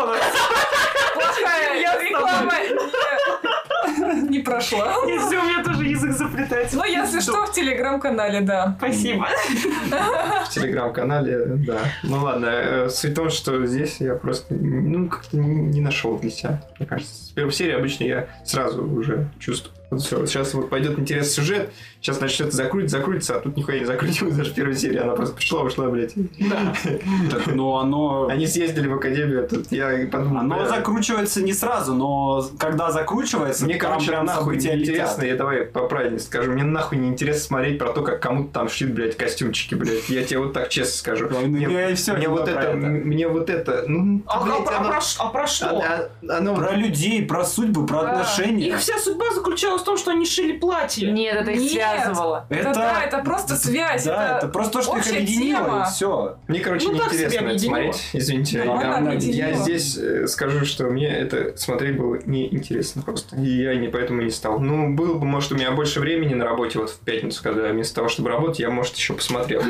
Плохая реклама не- не прошла. Если у меня тоже язык заплетается. Но если что, в телеграм-канале, да. Спасибо. В телеграм-канале, да. Ну ладно, э, суть в том, что здесь я просто, ну, как-то не нашел для себя, мне кажется. С первой серии обычно я сразу уже чувствую. Вот все, вот сейчас вот пойдет интересный сюжет, сейчас начнет закрутиться, закрутится, а тут нихуя не закрутилось даже в первой серии, она просто пришла, ушла, блядь. Да. Так, ну, оно... Они съездили в академию, тут я и подумал, Оно бля, закручивается не сразу, но когда закручивается, мне, там короче, прям нахуй события не летят. интересно, я давай по правильности скажу, мне нахуй не интересно смотреть про то, как кому-то там шьют, блядь, костюмчики, блядь. Я тебе вот так честно скажу. Ну, Мне, я и всё мне делаю вот про это, это. мне вот это, ну, А, блядь, а- а оно- про ш- а про что? а- а- оно- Про людей, про судьбы, про Да. отношения. Их вся судьба заключалась вопрос в том, что они шили платье. Нет, это их Нет. связывало. Это, да, это просто связь. Да, это, это просто то, что их общая объединило, тема. и все. Мне, короче, Ну, так себе неинтересно это объединило. смотреть. Извините. Нормально Я- объединило. Я здесь э, скажу, что мне это смотреть было неинтересно просто. И я не поэтому не стал. Ну, было бы, может, у меня больше времени на работе вот в пятницу, когда вместо того, чтобы работать, я, может, еще посмотрел.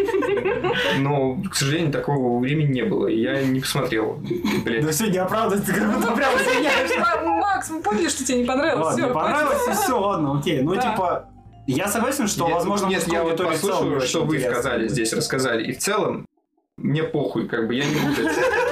Но, к сожалению, такого времени не было. И я не посмотрел. Блин. Да все, не оправдывайся, ты как будто прям извиняешься. Макс, мы поняли, что тебе не понравилось. Ладно, Всё, не понравилось, и все, ладно, окей. Ну, Да. типа, я согласен, что, Нет, возможно, нет, мужской я вот аудитории в целом послушаю, не что очень вы интересно. сказали здесь, рассказали. И в целом, мне похуй, как бы, я не буду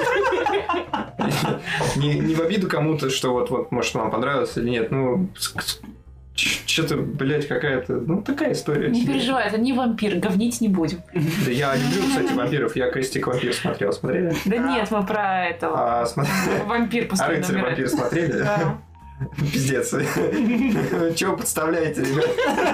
это- Не не в обиду кому-то, что вот, вот, может, вам понравилось или нет. Ну, что-то, блядь, какая-то, ну, такая история. Не себе. переживай, это не вампир, говнить не будем. Да я люблю, кстати, вампиров. Я Крестик вампир смотрел, смотрели? Да нет, мы про этого. А, смотрели? Вампир А постоянно рыцарь умирает. вампир смотрели? Да. Пиздец. Чего вы подставляете, ребят?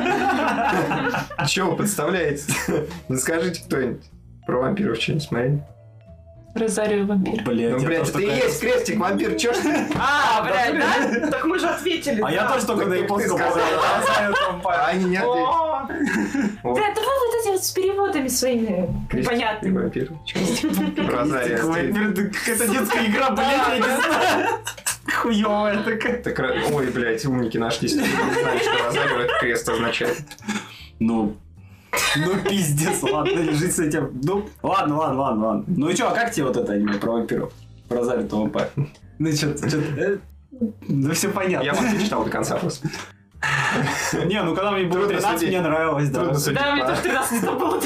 Чего вы подставляете? Ну скажите кто-нибудь про вампиров что-нибудь смотрели? Розарио вампир. Блядь, Ну, я блядь, тоже это и такая- есть крестик вампир, чё ж ты? А, блядь, да? Так мы же ответили. А я да. тоже только на Так ты японском сказал. понял. А они не ответили. О, Вот. Блядь, давай вот эти вот с переводами своими Крестик непонятными. вампир. Розария. Это какая-то детская игра, блядь, я не знаю. Хуёвая такая. Так, ой, блядь, умники нашлись. Не знаю, что Розарио это крест означает. Ну, ну пиздец, ладно, лежит с этим. Ну, ладно, ладно, ладно, ладно. Ну и чё, а как тебе вот это аниме про вампиров? Про Розарио Вампир? Ну чё-то, чё-то... Ну все понятно. Я вообще читал до конца просто. Не, ну когда мне было Трудно тринадцать, судить. мне нравилось, да. Трудно судить. Да, мне тоже тринадцать лет было.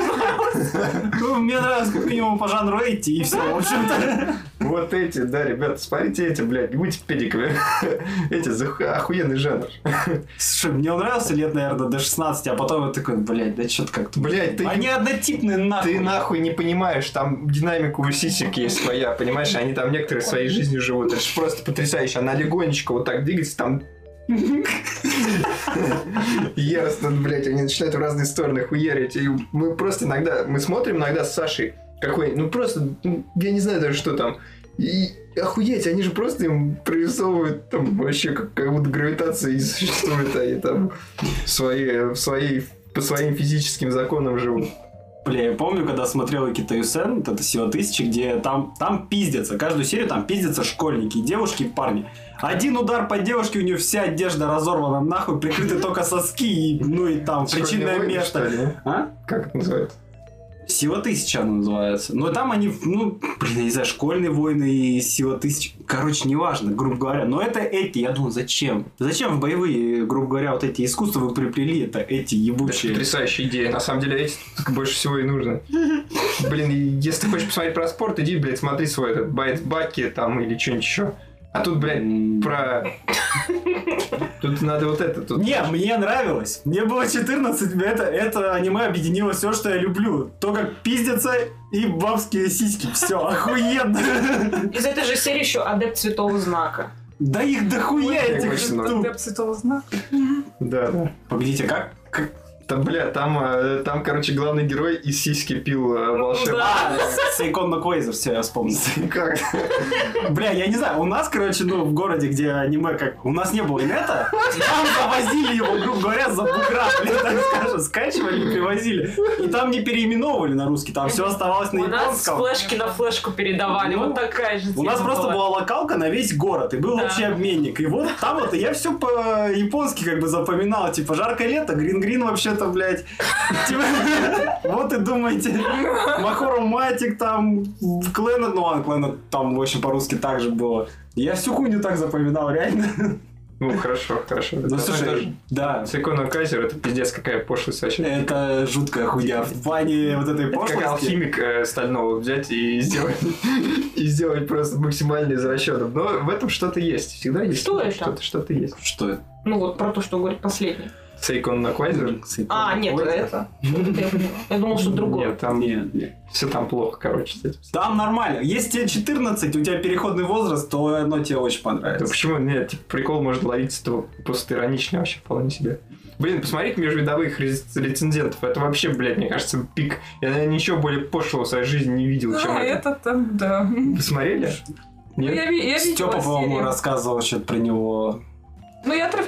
Ну, мне нравилось как минимум по жанру эти, и все, в общем-то. Вот эти, да, ребята, смотрите эти, блядь, не будьте педиками. Эти за охуенный жанр. Слушай, мне он нравился лет, наверное, до шестнадцати, а потом я такой, блядь, да что-то как-то... Блядь, ты... Они однотипные, нахуй. Ты нахуй не понимаешь, там динамика у сисек есть своя, понимаешь? Они там некоторые своей жизнью живут. Это же просто потрясающе. Она легонечко вот так двигается, там... Яростно, блядь, они начинают в разные стороны хуярить. И мы просто иногда... Мы смотрим иногда с Сашей какой... Ну просто... Ну, я не знаю даже, что там. И охуеть, они же просто им прорисовывают там вообще как, как будто гравитация и существует. Они там свои, свои, по своим физическим законам живут. Бля, я помню, когда смотрел Китаюсен, вот это Сила Тысячи, где там, там пиздятся. Каждую серию там пиздятся школьники, девушки и парни. Один удар по девушке, у нее вся одежда разорвана нахуй, прикрыты только соски, и, ну и там причинное Школьные войны, место. что ли? А? Как это называется? Сила Тысячи она называется. Но там они, ну, блин, я не знаю, Школьные войны и Сила Тысячи. Короче, неважно, грубо говоря. Но это эти, я думаю, зачем? Зачем в боевые, грубо говоря, вот эти искусства вы приплели? Это эти Это ебучие. потрясающая идея. На самом деле, эти больше всего и нужно. Блин, и если ты хочешь посмотреть про спорт, иди, блядь, смотри свой этот Байт Баки там или что-нибудь еще. А тут, блядь, про... Тут надо вот это. Тут... Не, мне нравилось. Мне было четырнадцать, это, это аниме объединило все, что я люблю. То, как пиздятся и бабские сиськи. Все, охуенно. из этой же серии еще адепт Святого Знака. Да их дохуя этих очень много. штук. Адепт Святого Знака. Да, да. Погодите, как? как? Там, бля, там, э, там, короче, главный герой из сиськи пил э, волшебно. А, Сейкон Маквейзер, все, я вспомнил. Как? Бля, я не знаю, у нас, короче, ну, в городе, где аниме, как... У нас не было инета, там завозили его, грубо говоря, за бугра, блин, так скажем, скачивали и привозили. И там не переименовывали на русский, там все оставалось на У нас с японском. флешки на флешку передавали. Ну, Вот такая же У нас тема просто была локалка на весь город, и был Да. общий обменник. И вот там вот я все по-японски как бы запоминал. Типа, жаркое лето, грин-грин вообще-то, блядь. Типа, вот и думаете, Махору Матик там, Клэнет, ну ладно, Клэнет там, в общем, по-русски так же было. Я всю хуйню так запоминал, реально. Ну, хорошо, хорошо. Ну, слушай, да. Секунд Кайзер, это пиздец какая пошлость вообще. Это жуткая хуйня. В плане вот этой Это как пошлости. алхимик э, стального взять и сделать, и сделать просто максимально из расчетов. Но в этом что-то есть. Всегда есть Что это? что-то, что-то есть. Что это? Ну вот про то, что говорит последний. Сейкон Наквайзер? А, нет, это. Это я поняла. Я думал, что другое. Нет, там Нет, нет. все там плохо, короче. с этим. Там нормально. Если тебе четырнадцать, у тебя переходный возраст, то оно тебе очень Да понравится. почему? Нет, типа, прикол может ловиться то просто иронично вообще вполне себе. Блин, посмотрите межвидовых рец- рецензентов. Это вообще, блядь, мне кажется, пик. Я, наверное, ничего более пошлого в своей жизни не видел, чем А, это. это там, да. Посмотрели? Ну, Нет? я, ви- я видела Степа, по-моему, серию. рассказывал что-то про него. Ну, я отрывки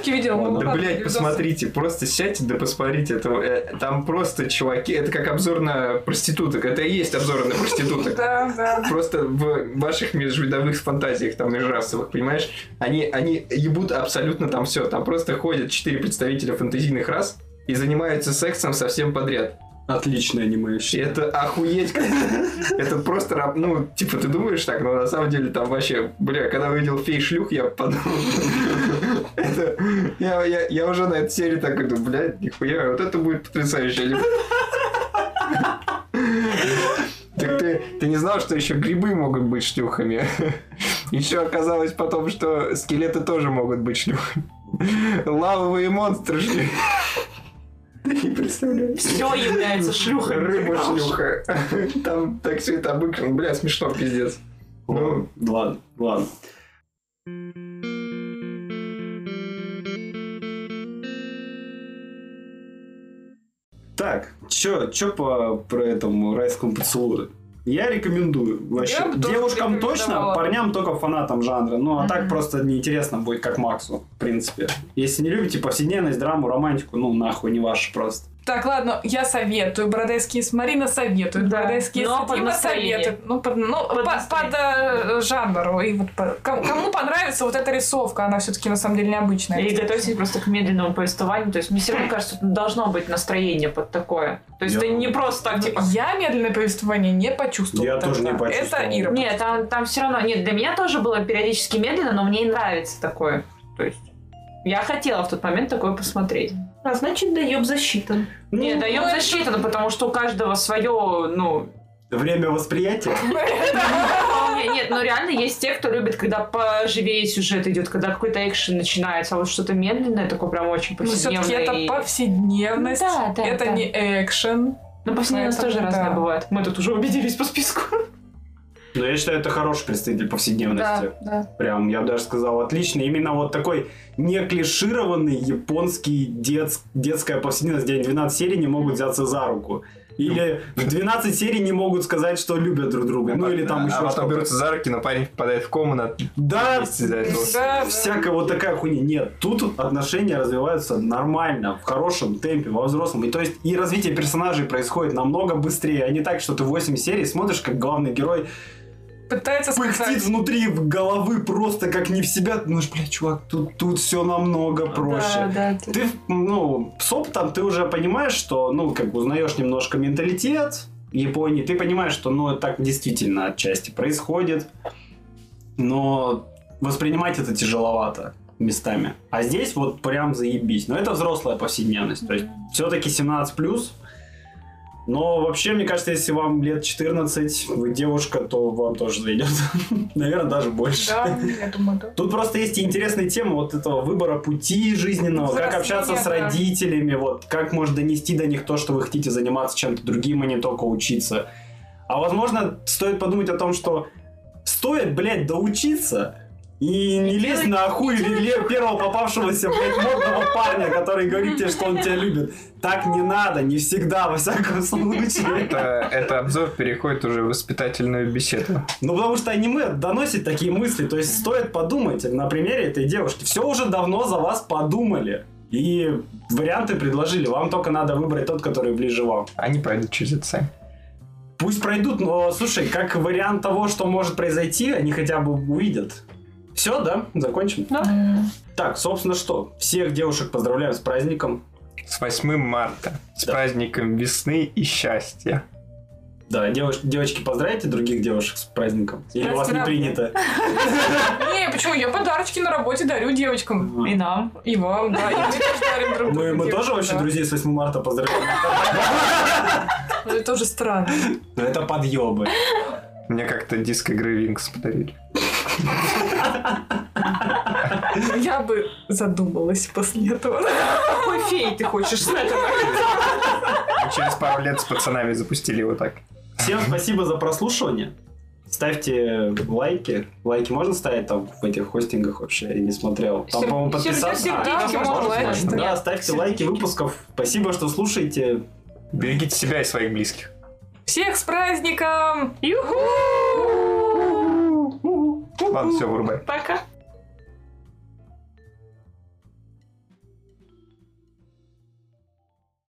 фотки видела. Да, блядь, посмотрите, просто сядьте, да посмотрите. Это, там просто чуваки, это как обзор на проституток. Это и есть обзор на проституток. Да, да. Просто в ваших межвидовых фантазиях, там, межрасовых, понимаешь? Они, они ебут абсолютно там все. Там просто ходят четыре представителя фэнтезийных рас и занимаются сексом совсем подряд. Отличное аниме. Это охуеть. Это просто, ну, типа, ты думаешь так, но на самом деле там вообще, бля, когда увидел фей-шлюх, я подумал. Это, я, я, я уже на этой серии так думаю, блядь, нихуя, вот это будет потрясающе. Так ты, ты не знал, что еще грибы могут быть шлюхами? Еще оказалось потом, что скелеты тоже могут быть шлюхами. Лавовые монстры шлюхи. Не представляю. Все является шлюхой. Рыба-шлюха. Там так все это обыграно. Бля, смешно, пиздец. Ну, ладно, ладно. Так, чё, чё по про этому райскому поцелую? Я рекомендую. Вообще, Я бы тоже девушкам точно, рекомендовала. парням только фанатам жанра. Ну, а Мгм. так просто неинтересно будет, как Максу, в принципе. Если не любите повседневность, драму, романтику, ну, нахуй, не ваше просто. Так, ладно, я советую. Бородайские с Марина советует. Да, Бородайские но с под Дима настроение. советует. Ну, под, ну, Под по- настроение. под, э, жанру. И вот по- кому, кому понравится вот эта рисовка, она все-таки на самом деле необычная. И готовьтесь просто к медленному повествованию. То есть мне все равно кажется, что должно быть настроение под такое. То есть Я- это не просто так, типа... Я медленное повествование не почувствовала. Я тоже не тогда. почувствовал. Это Ира. Нет, там, там все равно... Нет, для меня тоже было периодически медленно, но мне и нравится такое. То есть я хотела в тот момент такое посмотреть. А значит, даёб засчитан. Не, Ну, даем это- засчитано, потому что у каждого свое, ну... Время восприятия? Нет, нет, но реально есть те, кто любит, когда поживее сюжет идет, когда какой-то экшен начинается, а вот что-то медленное, такое прям очень Но все-таки повседневное. это и- повседневность. Да, да, это да. не экшен. Ну, повседневность Поэтому тоже разная да. бывает. Мы тут уже убедились по списку. Но я считаю, это хороший представитель повседневности. Да, да. Прям, я бы даже сказал, отлично. Именно вот такой не клишированный японский дет... детская повседневность, где двенадцать серий не могут взяться за руку. Или в двенадцать серий не могут сказать, что любят друг друга. Ну или там а еще потом что-то. берутся за руки, но парень впадает в кому на Да, месяц из-за этого. Да, всякая вот такая хуйня. Нет, тут отношения развиваются нормально, в хорошем темпе, во взрослом. И то есть и развитие персонажей происходит намного быстрее, а не так, что ты восемь серий смотришь, как главный герой Пытается пыхтит сказать. внутри головы просто как не в себя. Ты думаешь, бля, чувак, тут, тут все намного проще. Да, да, да. Ты, ну, с опытом ты уже понимаешь, что, ну, как бы узнаешь немножко менталитет Японии, ты понимаешь, что, ну, так действительно отчасти происходит, но воспринимать это тяжеловато местами. А здесь вот прям заебись. Но это взрослая повседневность, то есть все-таки семнадцать плюс. Но вообще, мне кажется, если вам лет четырнадцать, вы девушка, то вам тоже зайдет. Наверное, даже больше. Да, я думаю, да. Тут просто есть и интересная тема вот этого выбора пути жизненного, как Взросления, общаться с да. родителями, вот как может донести до них то, что вы хотите заниматься чем-то другим, а не только учиться. А возможно, стоит подумать о том, что стоит, блядь, доучиться и не лезть на хуй ле- первого попавшегося, блядь, модного парня, который говорит тебе, что он тебя любит. Так не надо, не всегда, во всяком случае. Это, это обзор переходит уже в воспитательную беседу. Ну, потому что аниме доносит такие мысли. То есть, стоит подумать на примере этой девушки. Все уже давно за вас подумали. И варианты предложили. Вам только надо выбрать тот, который ближе вам. Они пройдут через это сами. Пусть пройдут, но, слушай, как вариант того, что может произойти, они хотя бы увидят. Все, да? Закончим? М. Так, собственно, что? Всех девушек поздравляем с праздником. С восьмым марта. С Да. праздником весны и счастья. Да, девуш- девочки, поздравите других девушек с праздником. Или у вас не Праздник. принято? Не, почему? Я подарочки на работе дарю девочкам. И нам. И вам, да. И мы тоже дарим друг Мы, другу мы тоже девочкам, вообще да. друзей с восьмого марта поздравляем. Ну, это тоже странно. Но это подъебы. Мне как-то диск игры Винкс подарили. Я бы задумалась после этого. Какой фей ты хочешь стать? Мы через пару лет с пацанами запустили его так. Всем спасибо за прослушивание. Ставьте лайки. Лайки можно ставить там в этих хостингах вообще? Я не смотрел. Там, Сер- по-моему, подписаться. сердечки А, можно лайки Да, ставить. ставьте Сердечки. лайки выпусков. Спасибо, что слушаете. Берегите себя и своих близких. Всех с праздником! Юху! Ладно, все, вырубай.